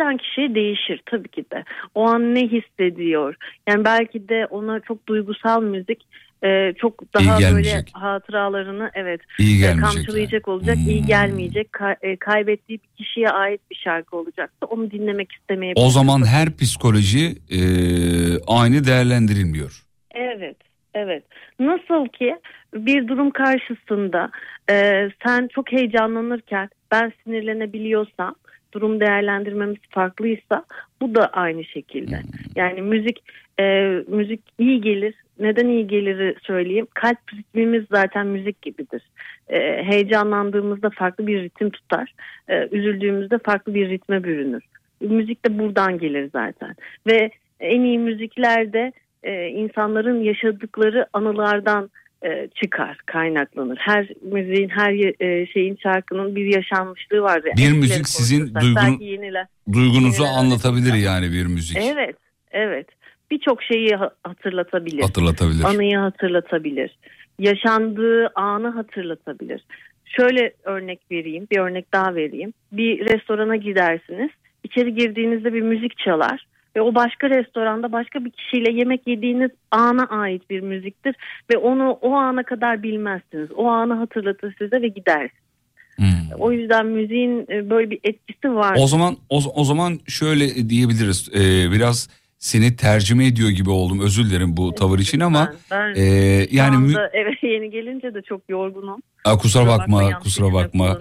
kişiden kişiye değişir tabii ki de. O an ne hissediyor? Yani belki de ona çok duygusal müzik çok daha böyle hatıralarını kamçılayacak olacak, iyi gelmeyecek, kaybettiği bir kişiye ait bir şarkı olacaksa onu dinlemek istemeyebilir. O zaman her psikoloji aynı değerlendirilmiyor. Evet. Nasıl ki bir durum karşısında sen çok heyecanlanırken ben sinirlenebiliyorsam, durum değerlendirmemiz farklıysa bu da aynı şekilde. Yani müzik iyi gelir. Neden iyi geliri söyleyeyim. Kalp ritmimiz zaten müzik gibidir. Heyecanlandığımızda farklı bir ritim tutar. Üzüldüğümüzde farklı bir ritme bürünür. Müzik de buradan gelir zaten. Ve en iyi müziklerde insanların yaşadıkları anılardan çıkar, kaynaklanır. Her müziğin, her şeyin, şarkının bir yaşanmışlığı var. Bir müzik sizin duygunuzu anlatabilir yani bir müzik. Evet. Birçok şeyi hatırlatabilir. Anıyı hatırlatabilir. Yaşandığı anı hatırlatabilir. Şöyle bir örnek daha vereyim. Bir restorana gidersiniz. İçeri girdiğinizde bir müzik çalar. Ve o başka restoranda başka bir kişiyle yemek yediğiniz ana ait bir müziktir. Ve onu o ana kadar bilmezsiniz. O anı hatırlatır size ve gidersiniz. O yüzden müziğin böyle bir etkisi var. O zaman şöyle diyebiliriz. Biraz seni tercüme ediyor gibi oldum. Özür dilerim bu tavır için ama yani evet, yeni gelince de çok yorgunum. Kusura bakma.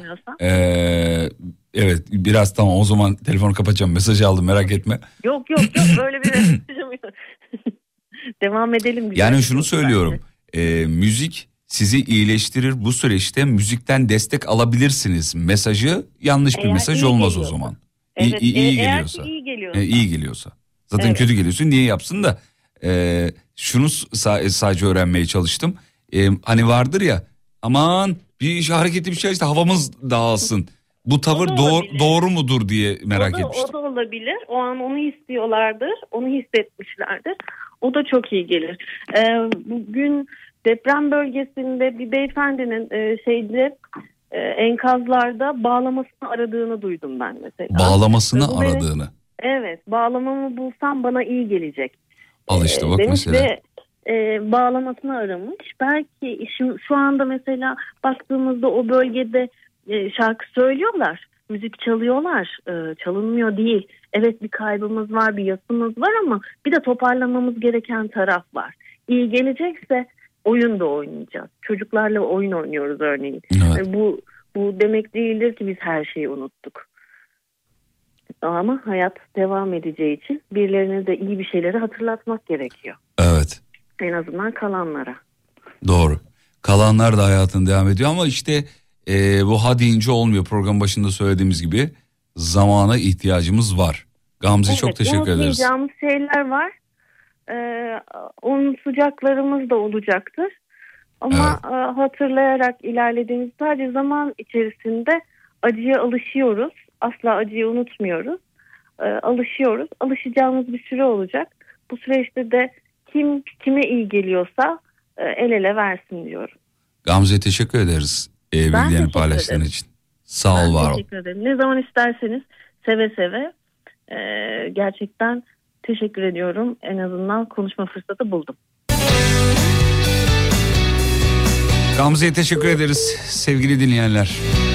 Evet, biraz tamam, o zaman telefonu kapatacağım. Mesajı aldım, merak etme. Yok böyle bir mesajım yok. Devam edelim. Yani şunu söylüyorum. Müzik sizi iyileştirir. Bu süreçte müzikten destek alabilirsiniz. Mesajı yanlış bir mesaj olmaz o zaman. Evet, iyi geliyorsa. İyi geliyorsa. Zaten kötü geliyorsun, niye yapsın da. Şunu sadece öğrenmeye çalıştım. Hani vardır ya, aman bir hareketli bir şey işte havamız dağılsın. Bu tavır doğru mudur diye merak etmiştim. O da olabilir. O an onu istiyorlardır. Onu hissetmişlerdir. O da çok iyi gelir. Bugün deprem bölgesinde bir beyefendinin enkazlarda bağlamasını aradığını duydum ben mesela. Bağlamasını aradığını? Evet. Bağlamamı bulsam bana iyi gelecek. Al işte bak mesela. Bağlamasını aramış. Belki şu anda mesela baktığımızda o bölgede şarkı söylüyorlar, müzik çalıyorlar, çalınmıyor değil. Evet, bir kaybımız var, bir yasımız var ama bir de toparlamamız gereken taraf var. İyi gelecekse oyun da oynayacağız. Çocuklarla oyun oynuyoruz örneğin. Evet. Bu demek değildir ki biz her şeyi unuttuk. Ama hayat devam edeceği için birilerine de iyi bir şeyleri hatırlatmak gerekiyor. Evet. En azından kalanlara. Doğru. Kalanlar da hayatın devam ediyor ama işte bu ha deyince olmuyor. Program başında söylediğimiz gibi zamana ihtiyacımız var. Gamze, çok teşekkür ederiz. Unutmayacağımız şeyler var. Unutacaklarımız da olacaktır. Ama hatırlayarak ilerlediğimiz, sadece zaman içerisinde acıya alışıyoruz. Asla acıyı unutmuyoruz. Alışıyoruz. Alışacağımız bir süre olacak. Bu süreçte de kim kime iyi geliyorsa el ele versin diyorum. Gamze, teşekkür ederiz. Bilgilerini paylaştığın için. Sağ ol, var ol. Teşekkür ederim. Ne zaman isterseniz seve seve. Gerçekten teşekkür ediyorum. En azından konuşma fırsatı buldum. Gamze'ye teşekkür ederiz sevgili dinleyenler.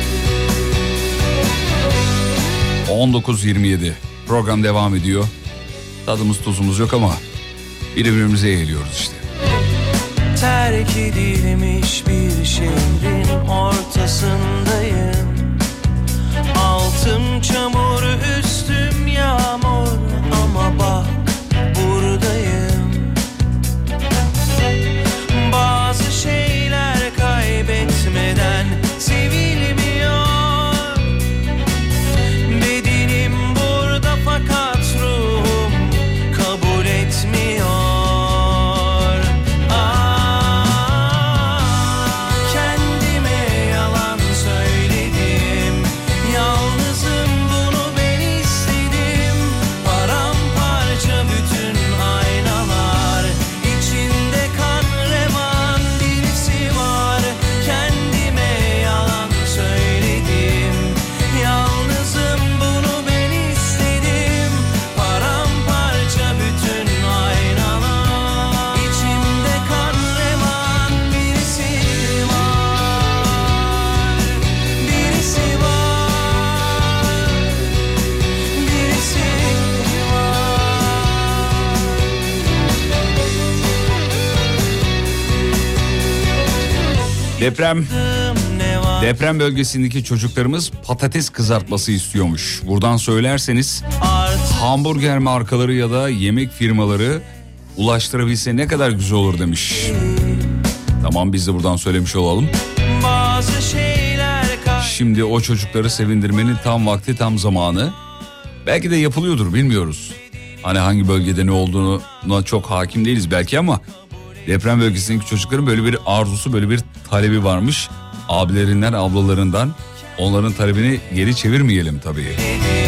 19.27 program devam ediyor. Tadımız tuzumuz yok ama birbirimize eğiliyoruz işte. Terk edilmiş bir şehrin ortasındayım. Altım çamur, üstüm yağmur ama bak buradayım. Bazı şeyler kaybetmeden sevilmiyor. Bedenim burada fakat ruhum kabul etmiyor. Kendime yalan söyle. Deprem bölgesindeki çocuklarımız patates kızartması istiyormuş. Buradan söylerseniz hamburger markaları ya da yemek firmaları ulaştırabilse ne kadar güzel olur demiş. Tamam, biz de buradan söylemiş olalım. Şimdi o çocukları sevindirmenin tam vakti, tam zamanı. Belki de yapılıyordur, bilmiyoruz. Hani hangi bölgede ne olduğuna çok hakim değiliz belki ama deprem bölgesindeki çocukların böyle bir arzusu, böyle bir talebi varmış. Abilerinden, ablalarından. Onların talebini geri çevirmeyelim tabii.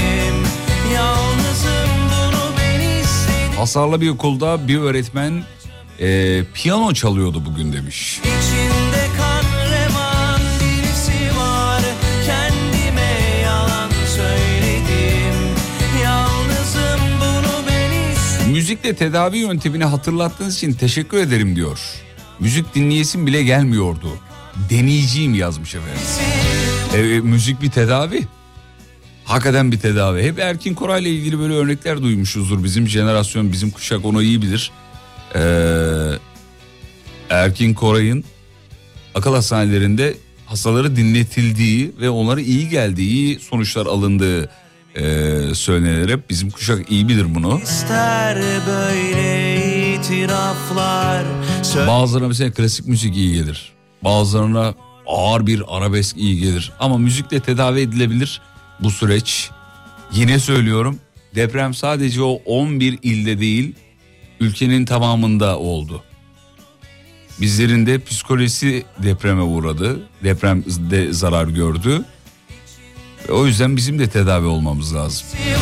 Hasarlı bir okulda bir öğretmen piyano çalıyordu bugün demiş. İçinde kan revan birisi var. Kendime yalan söyledim. Yalnızım, bunu ben istedim. Müzikle tedavi yöntemini hatırlattığınız için teşekkür ederim diyor. Müzik dinleyesim bile gelmiyordu. Deneyeceğim yazmış efendim. Müzik bir tedavi. Hakikaten bir tedavi. Hep Erkin Koray'la ilgili böyle örnekler duymuşuzdur. Bizim jenerasyon, bizim kuşak onu iyi bilir. Erkin Koray'ın akıl hastanelerinde hastaları dinletildiği ve onlara iyi geldiği, iyi sonuçlar alındığı söylenir hep. Bizim kuşak iyi bilir bunu. Böyle itiraflar. Bazılarına mesela klasik müzik iyi gelir. Bazılarına ağır bir arabesk iyi gelir. Ama müzikle tedavi edilebilir bu süreç. Yine söylüyorum, deprem sadece o 11 ilde değil, ülkenin tamamında oldu. Bizlerin de psikolojisi depreme uğradı. Depremde zarar gördü. O yüzden bizim de tedavi olmamız lazım.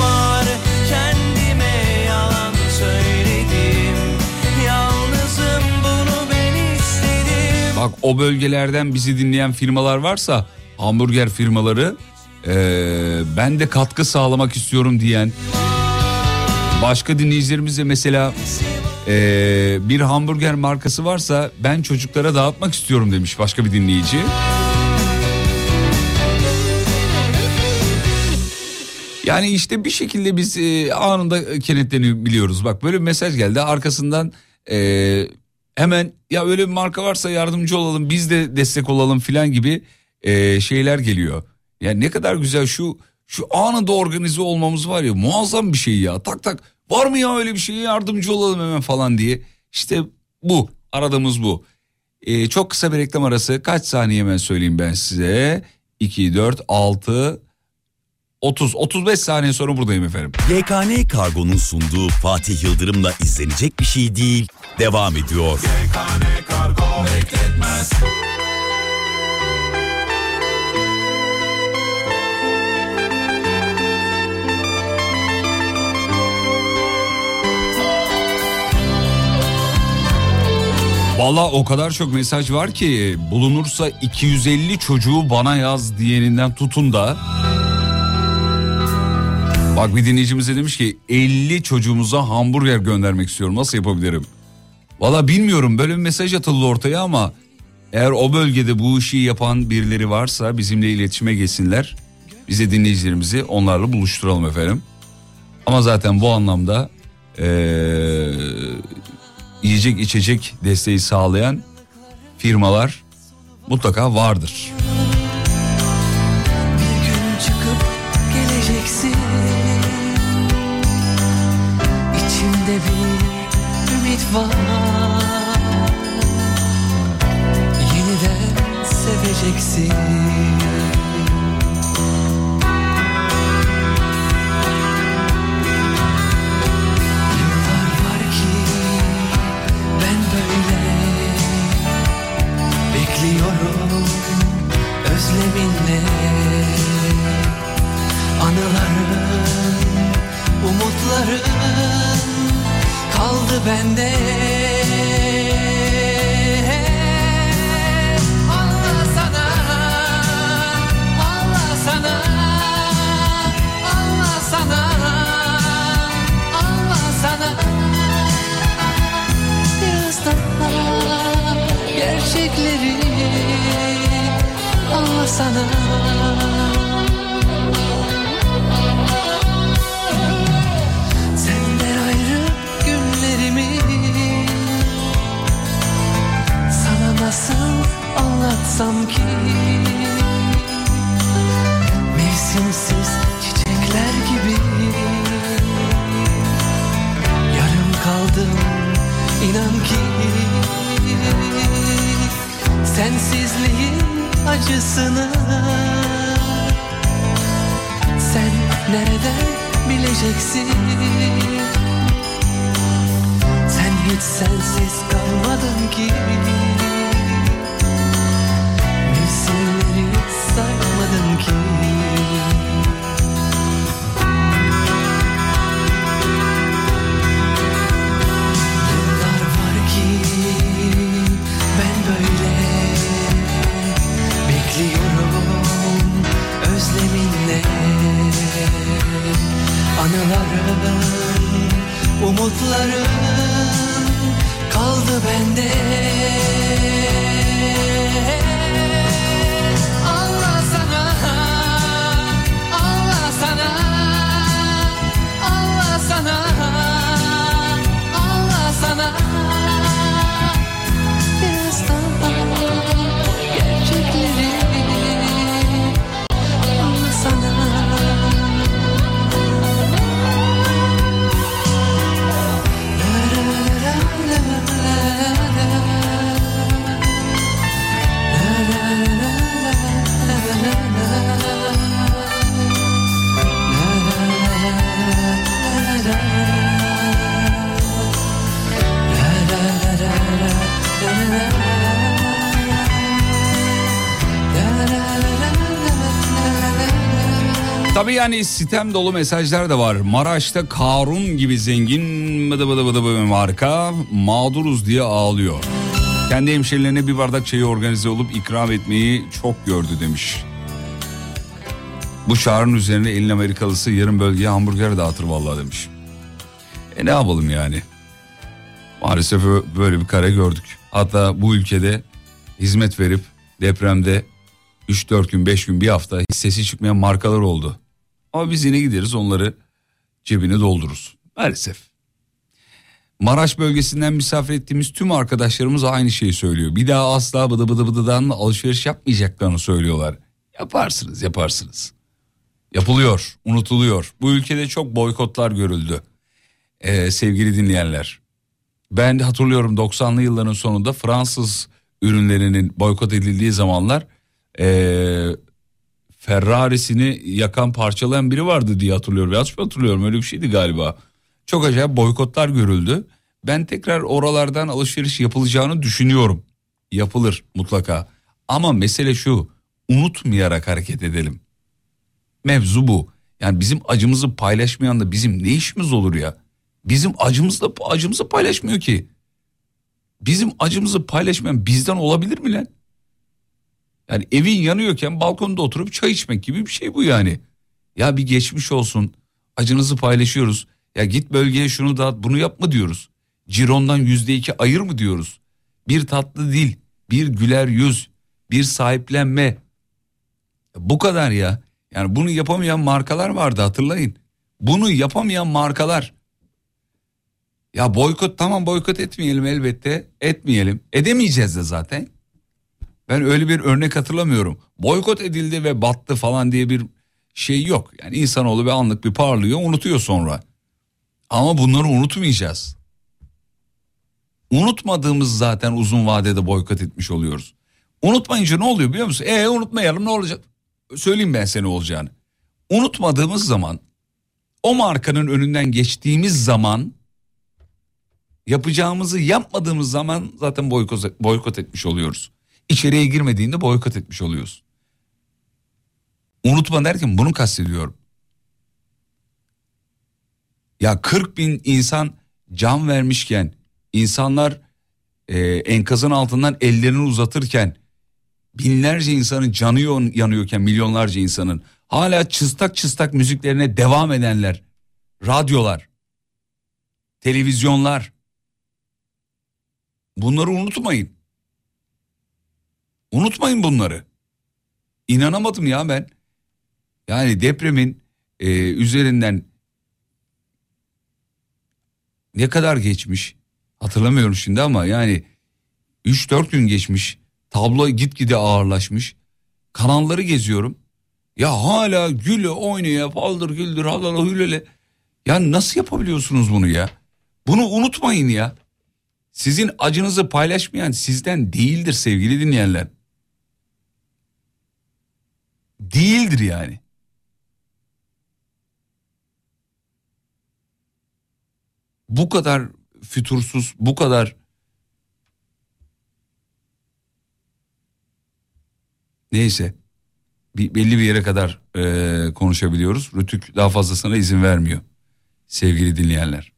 Kendime yalan söyledim. Yalnızım, bunu ben istedim. Bak, o bölgelerden bizi dinleyen firmalar varsa, hamburger firmaları, ben de katkı sağlamak istiyorum diyen başka dinleyicilerimiz de mesela bir hamburger markası varsa ben çocuklara dağıtmak istiyorum demiş başka bir dinleyici. Yani işte bir şekilde biz anında kenetlenebiliyoruz. Bak, böyle bir mesaj geldi, arkasından hemen ya öyle bir marka varsa yardımcı olalım, biz de destek olalım filan gibi şeyler geliyor. Yani ne kadar güzel, şu anında organize olmamız var ya, muazzam bir şey ya. Tak tak, var mı ya öyle bir şeye, yardımcı olalım hemen falan diye. İşte bu, aradığımız bu. Çok kısa bir reklam arası, kaç saniye hemen söyleyeyim ben size. 2, 4, 6, 30-35 saniye sonra buradayım efendim. YKN Kargo'nun sunduğu Fatih Yıldırım'la izlenecek bir şey değil, devam ediyor. YKN Kargo bekletmez. Valla o kadar çok mesaj var ki, bulunursa 250 çocuğu bana yaz diyeninden tutun da. Bak, bir dinleyicimiz de demiş ki 50 çocuğumuza hamburger göndermek istiyorum, nasıl yapabilirim? Valla bilmiyorum, böyle bir mesaj atıldı ortaya ama eğer o bölgede bu işi yapan birileri varsa bizimle iletişime geçsinler. Bize dinleyicilerimizi onlarla buluşturalım efendim. Ama zaten bu anlamda yiyecek içecek desteği sağlayan firmalar mutlaka vardır. Bir gün çıkıp geleceksin. İçimde bir ümit var. Yeniden seveceksin. Özleminle anıların, umutların kaldı bende. Allah sana, Allah sana, Allah sana, Allah sana. Biraz daha gerçekleri Allah sana. Senden ayrı günlerimi sana nasıl anlatayım? atsam ki mevsimsiz çiçekler gibi. Yarım kaldım inan ki sensizliğin acısını. Sen nereden bileceksin? Sen hiç sensiz kalmadın ki. Mevsimleri saymadın ki. Yıllar var ki ben böyle bekliyorum özleminle. Anıların, umutların kaldı bende. Allah sana, Allah sana, Allah sana, Allah sana. Biraz daha gerçekleri Allah sana. Tabii yani sitem dolu mesajlar da var. Maraş'ta Karun gibi zengin bıdı bıdı bıdı bıdı marka mağduruz diye ağlıyor. Kendi hemşerilerine bir bardak çayı organize olup ikram etmeyi çok gördü demiş. Bu çağrının üzerine elin Amerikalısı yarın bölgeye hamburger dağıtır vallahi demiş. Ne yapalım yani? Maalesef böyle bir kare gördük. Hatta bu ülkede hizmet verip depremde 3-4 gün 5 gün bir hafta hiç sesi çıkmayan markalar oldu. Ama biz yine gideriz onları cebine doldururuz. Maalesef. Maraş bölgesinden misafir ettiğimiz tüm arkadaşlarımız aynı şeyi söylüyor. Bir daha asla bıdı bıdı bıdıdan alışveriş yapmayacaklarını söylüyorlar. Yaparsınız. Yapılıyor, unutuluyor. Bu ülkede çok boykotlar görüldü. Sevgili dinleyenler. Ben hatırlıyorum 90'lı yılların sonunda Fransız ürünlerinin boykot edildiği zamanlar Ferrari'sini yakan parçalayan biri vardı diye hatırlıyorum. Yanlış mı hatırlıyorum, öyle bir şeydi galiba. Çok acayip boykotlar görüldü. Ben tekrar oralardan alışveriş yapılacağını düşünüyorum. Yapılır mutlaka. Ama mesele şu, unutmayarak hareket edelim. Mevzu bu. Yani bizim acımızı paylaşmayan da bizim ne işimiz olur ya? Bizim acımızı paylaşmıyor ki. Bizim acımızı paylaşmayan bizden olabilir mi lan? Yani evin yanıyorken balkonda oturup çay içmek gibi bir şey bu yani. Ya bir geçmiş olsun, acınızı paylaşıyoruz. Ya git bölgeye şunu dağıt, bunu yapma diyoruz. Cirondan %2 ayır mı diyoruz? Bir tatlı dil, bir güler yüz, bir sahiplenme. Bu kadar ya. Yani bunu yapamayan markalar vardı, hatırlayın. Bunu yapamayan markalar. Ya boykot, tamam, boykot etmeyelim elbette. Etmeyelim. Edemeyeceğiz de zaten. Ben öyle bir örnek hatırlamıyorum. Boykot edildi ve battı falan diye bir şey yok. Yani insanoğlu bir anlık bir parlıyor, unutuyor sonra. Ama bunları unutmayacağız. Unutmadığımız zaten uzun vadede boykot etmiş oluyoruz. Unutmayınca ne oluyor biliyor musun? Unutmayalım, ne olacak? Söyleyeyim ben size ne olacağını. Unutmadığımız zaman, o markanın önünden geçtiğimiz zaman, yapacağımızı yapmadığımız zaman zaten boykot etmiş oluyoruz. İçeriye girmediğinde boykot etmiş oluyoruz. Unutma derken bunu kastediyorum. Ya 40 bin insan can vermişken, insanlar enkazın altından ellerini uzatırken, binlerce insanın canı yanıyorken, milyonlarca insanın hala çıstak çıstak müziklerine devam edenler, radyolar, televizyonlar, bunları unutmayın. Unutmayın bunları. İnanamadım ya ben. Yani depremin üzerinden ne kadar geçmiş hatırlamıyorum şimdi ama yani 3-4 gün geçmiş. Tablo gitgide ağırlaşmış. Kanalları geziyorum. Ya hala güle oynaya paldır güldür halala hülele. Ya nasıl yapabiliyorsunuz bunu ya? Bunu unutmayın ya. Sizin acınızı paylaşmayan sizden değildir sevgili dinleyenler. Değildir yani. Bu kadar fütursuz, bu kadar neyse belli bir yere kadar konuşabiliyoruz. Rütük daha fazlasına izin vermiyor sevgili dinleyenler.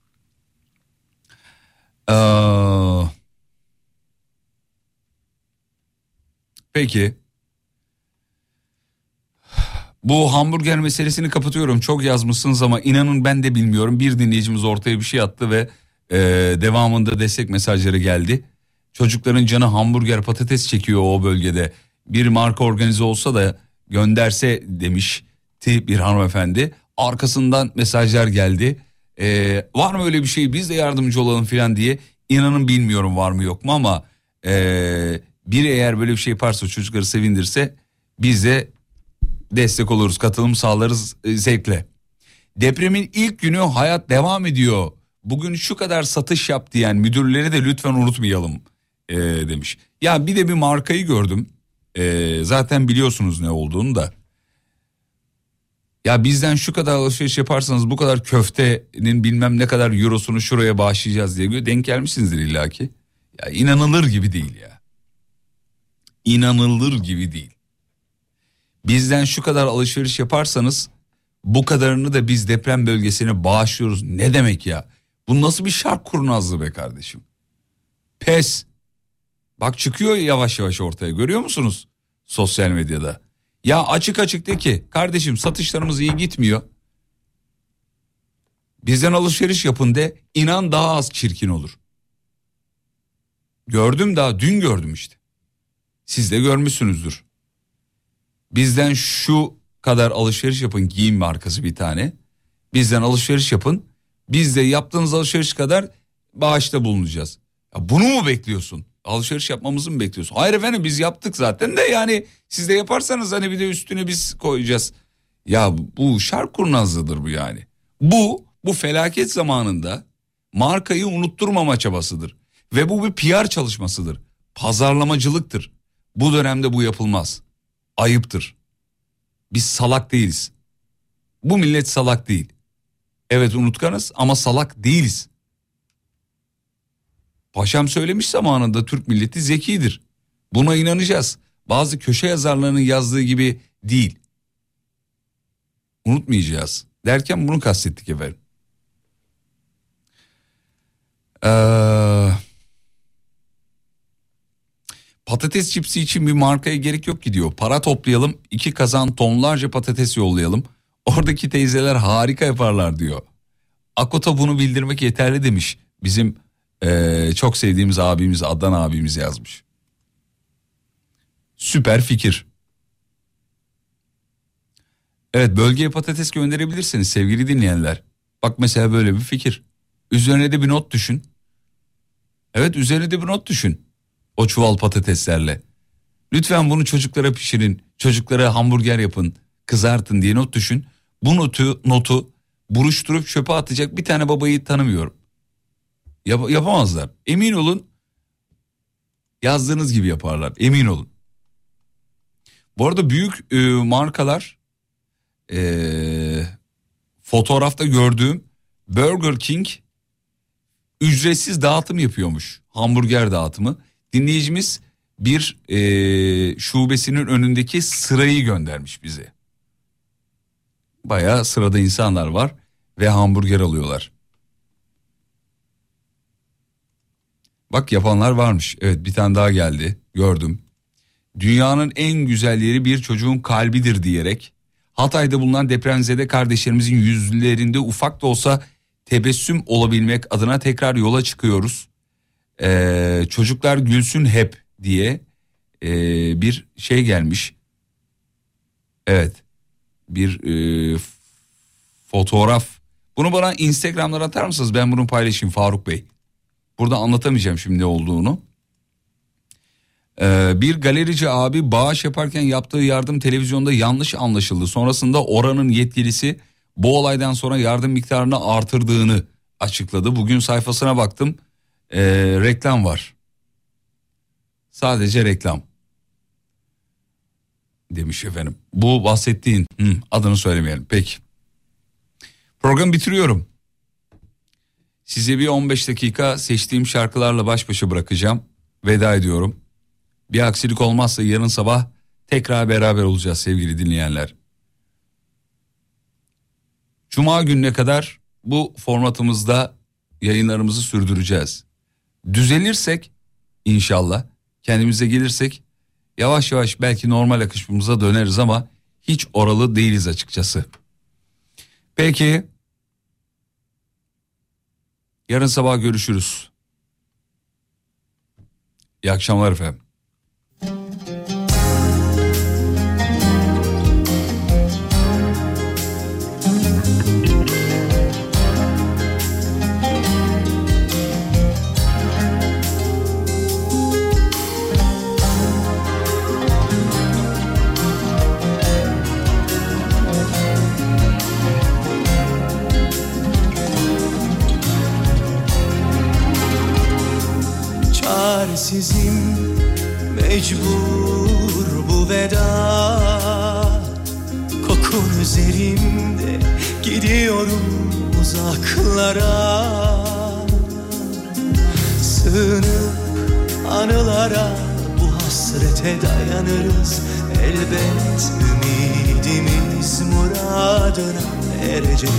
Peki. Bu hamburger meselesini kapatıyorum. Çok yazmışsınız ama inanın ben de bilmiyorum. Bir dinleyicimiz ortaya bir şey attı ve devamında destek mesajları geldi. Çocukların canı hamburger patates çekiyor o bölgede. Bir marka organize olsa da gönderse demişti bir hanımefendi. Arkasından mesajlar geldi. Var mı öyle bir şey, biz de yardımcı olalım falan diye. İnanın bilmiyorum var mı yok mu ama biri eğer böyle bir şey yaparsa, çocukları sevindirse biz de destek oluruz, katılım sağlarız zevkle. Depremin ilk günü hayat devam ediyor. Bugün şu kadar satış yap diyen müdürleri de lütfen unutmayalım demiş. Ya bir de bir markayı gördüm. Zaten biliyorsunuz ne olduğunu da. Ya bizden şu kadar alışveriş yaparsanız bu kadar köftenin bilmem ne kadar eurosunu şuraya bağışlayacağız diye denk gelmişsinizdir illaki. Ya inanılır gibi değil ya. İnanılır gibi değil. Bizden şu kadar alışveriş yaparsanız bu kadarını da biz deprem bölgesine bağışlıyoruz. Ne demek ya? Bu nasıl bir şark kurnazlığı be kardeşim? Pes. Bak çıkıyor yavaş yavaş ortaya, görüyor musunuz? Sosyal medyada. Ya açık açık de ki kardeşim satışlarımız iyi gitmiyor. Bizden alışveriş yapın de, inan daha az çirkin olur. Gördüm, daha dün gördüm işte. Siz de görmüşsünüzdür. Bizden şu kadar alışveriş yapın, giyim markası bir tane. Bizden alışveriş yapın. Biz de yaptığınız alışveriş kadar bağışta bulunacağız. Ya bunu mu bekliyorsun? Alışveriş yapmamızı mı bekliyorsun? Hayır efendim, biz yaptık zaten de yani siz de yaparsanız hani bir de üstüne biz koyacağız. Ya bu şark kurnazlığıdır bu yani. Bu felaket zamanında markayı unutturmama çabasıdır. Ve bu bir PR çalışmasıdır. Pazarlamacılıktır. Bu dönemde bu yapılmaz. Ayıptır. Biz salak değiliz. Bu millet salak değil. Evet unutkanız ama salak değiliz. Paşam söylemiş zamanında, Türk milleti zekidir. Buna inanacağız. Bazı köşe yazarlarının yazdığı gibi değil. Unutmayacağız. Derken bunu kastettik efendim. Patates çipsi için bir markaya gerek yok ki diyor. Para toplayalım, 2 kazan tonlarca patates yollayalım. Oradaki teyzeler harika yaparlar diyor. Akota bunu bildirmek yeterli demiş. Bizim çok sevdiğimiz abimiz, Adnan abimiz yazmış. Süper fikir. Evet, bölgeye patates gönderebilirsiniz sevgili dinleyenler. Bak mesela böyle bir fikir. Üzerine de bir not düşün. Evet, üzerine de bir not düşün. O çuval patateslerle. Lütfen bunu çocuklara pişirin. Çocuklara hamburger yapın. Kızartın diye not düşün. Bu notu buruşturup çöpe atacak bir tane babayı tanımıyorum. Yapamazlar. Emin olun. Yazdığınız gibi yaparlar. Emin olun. Bu arada büyük markalar, fotoğrafta gördüğüm Burger King ücretsiz dağıtım yapıyormuş. Hamburger dağıtımı. Dinleyicimiz bir şubesinin önündeki sırayı göndermiş bize. Bayağı sırada insanlar var ve hamburger alıyorlar. Bak yapanlar varmış. Evet, bir tane daha geldi. Gördüm. Dünyanın en güzel yeri bir çocuğun kalbidir diyerek Hatay'da bulunan depremzede kardeşlerimizin yüzlerinde ufak da olsa tebessüm olabilmek adına tekrar yola çıkıyoruz. Çocuklar gülsün hep diye bir şey gelmiş. Evet, bir fotoğraf. Bunu bana Instagram'dan atar mısınız? Ben bunu paylaşayım Faruk Bey. Burada anlatamayacağım şimdi ne olduğunu. Bir galerici abi bağış yaparken yaptığı yardım televizyonda yanlış anlaşıldı. Sonrasında oranın yetkilisi bu olaydan sonra yardım miktarını artırdığını açıkladı. Bugün sayfasına baktım, reklam var. Sadece reklam demiş efendim. Bu bahsettiğin adını söylemeyelim. Peki. Programı bitiriyorum. Size bir 15 dakika seçtiğim şarkılarla baş başa bırakacağım. Veda ediyorum. Bir aksilik olmazsa yarın sabah tekrar beraber olacağız sevgili dinleyenler. Cuma gününe kadar bu formatımızda yayınlarımızı sürdüreceğiz. Düzelirsek inşallah, kendimize gelirsek yavaş yavaş belki normal akışımıza döneriz ama hiç oralı değiliz açıkçası. Peki. Yarın sabah görüşürüz. İyi akşamlar efendim. Çaresizim, mecbur bu veda. Kokun üzerimde, gidiyorum uzaklara. Sığınıp anılara, bu hasrete dayanırız. Elbet ümidimiz muradına erecek.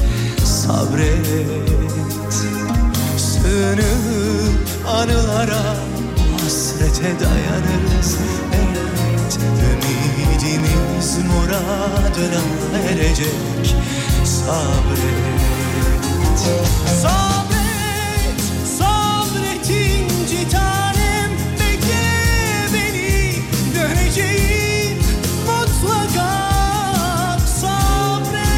Sabret. Sığınıp anılara, bu hasrete dayanırız. Evet, ümidimiz muradına erecek. Sabret. Sabret, sabret inci tanem. Bekle beni, döneceğim mutlaka. Sabret.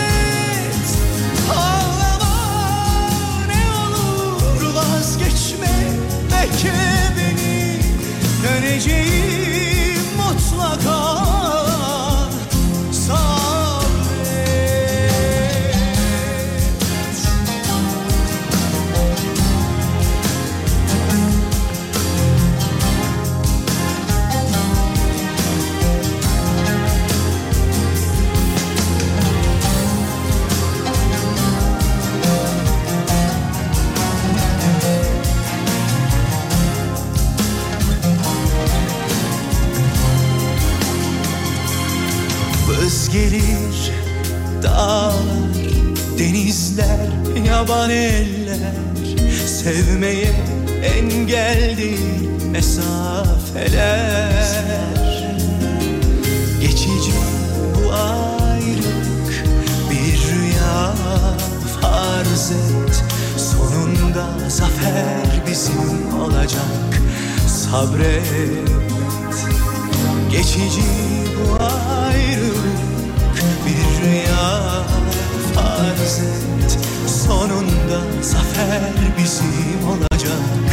Ağlama, ne olur vazgeçme. Bekle beni, döneceğim mutlaka. Vız gelir dağlar, denizler, yaban eller. Sevmeye engel değil mesafeler. Geçici bu ayrılık bir rüya farz et. Sonunda zafer bizim olacak. Sabret. Geçici bu ayrılık bir rüya farz et. Sonunda zafer bizim olacak.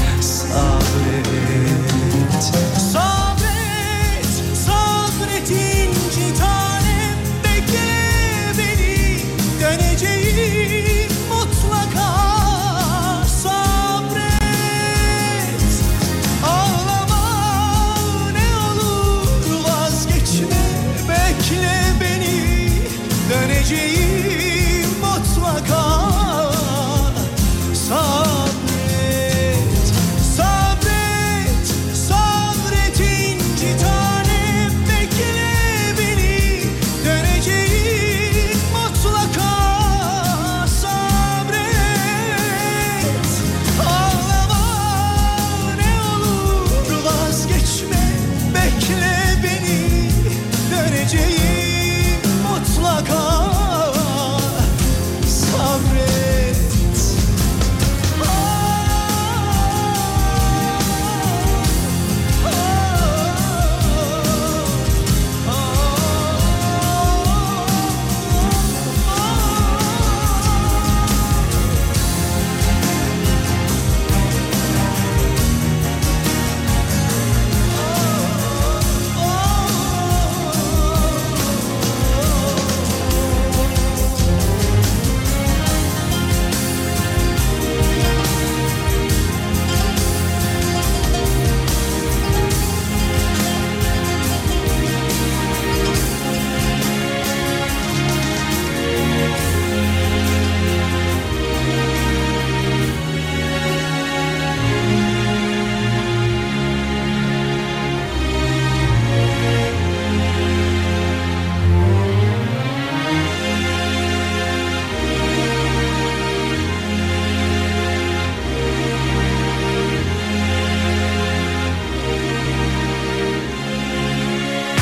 Sabret. Sabret, sabret inci tanem. Bekle beni, döneceğim mutlaka. Sabret. Ağlama, ne olur vazgeçme. Bekle beni, döneceğim mutlaka. Sabret, sabret, sabret.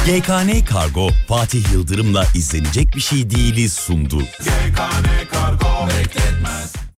GKN Kargo Fatih Yıldırım'la izlenecek bir şey değiliz sundu. GKN Kargo bekletmez.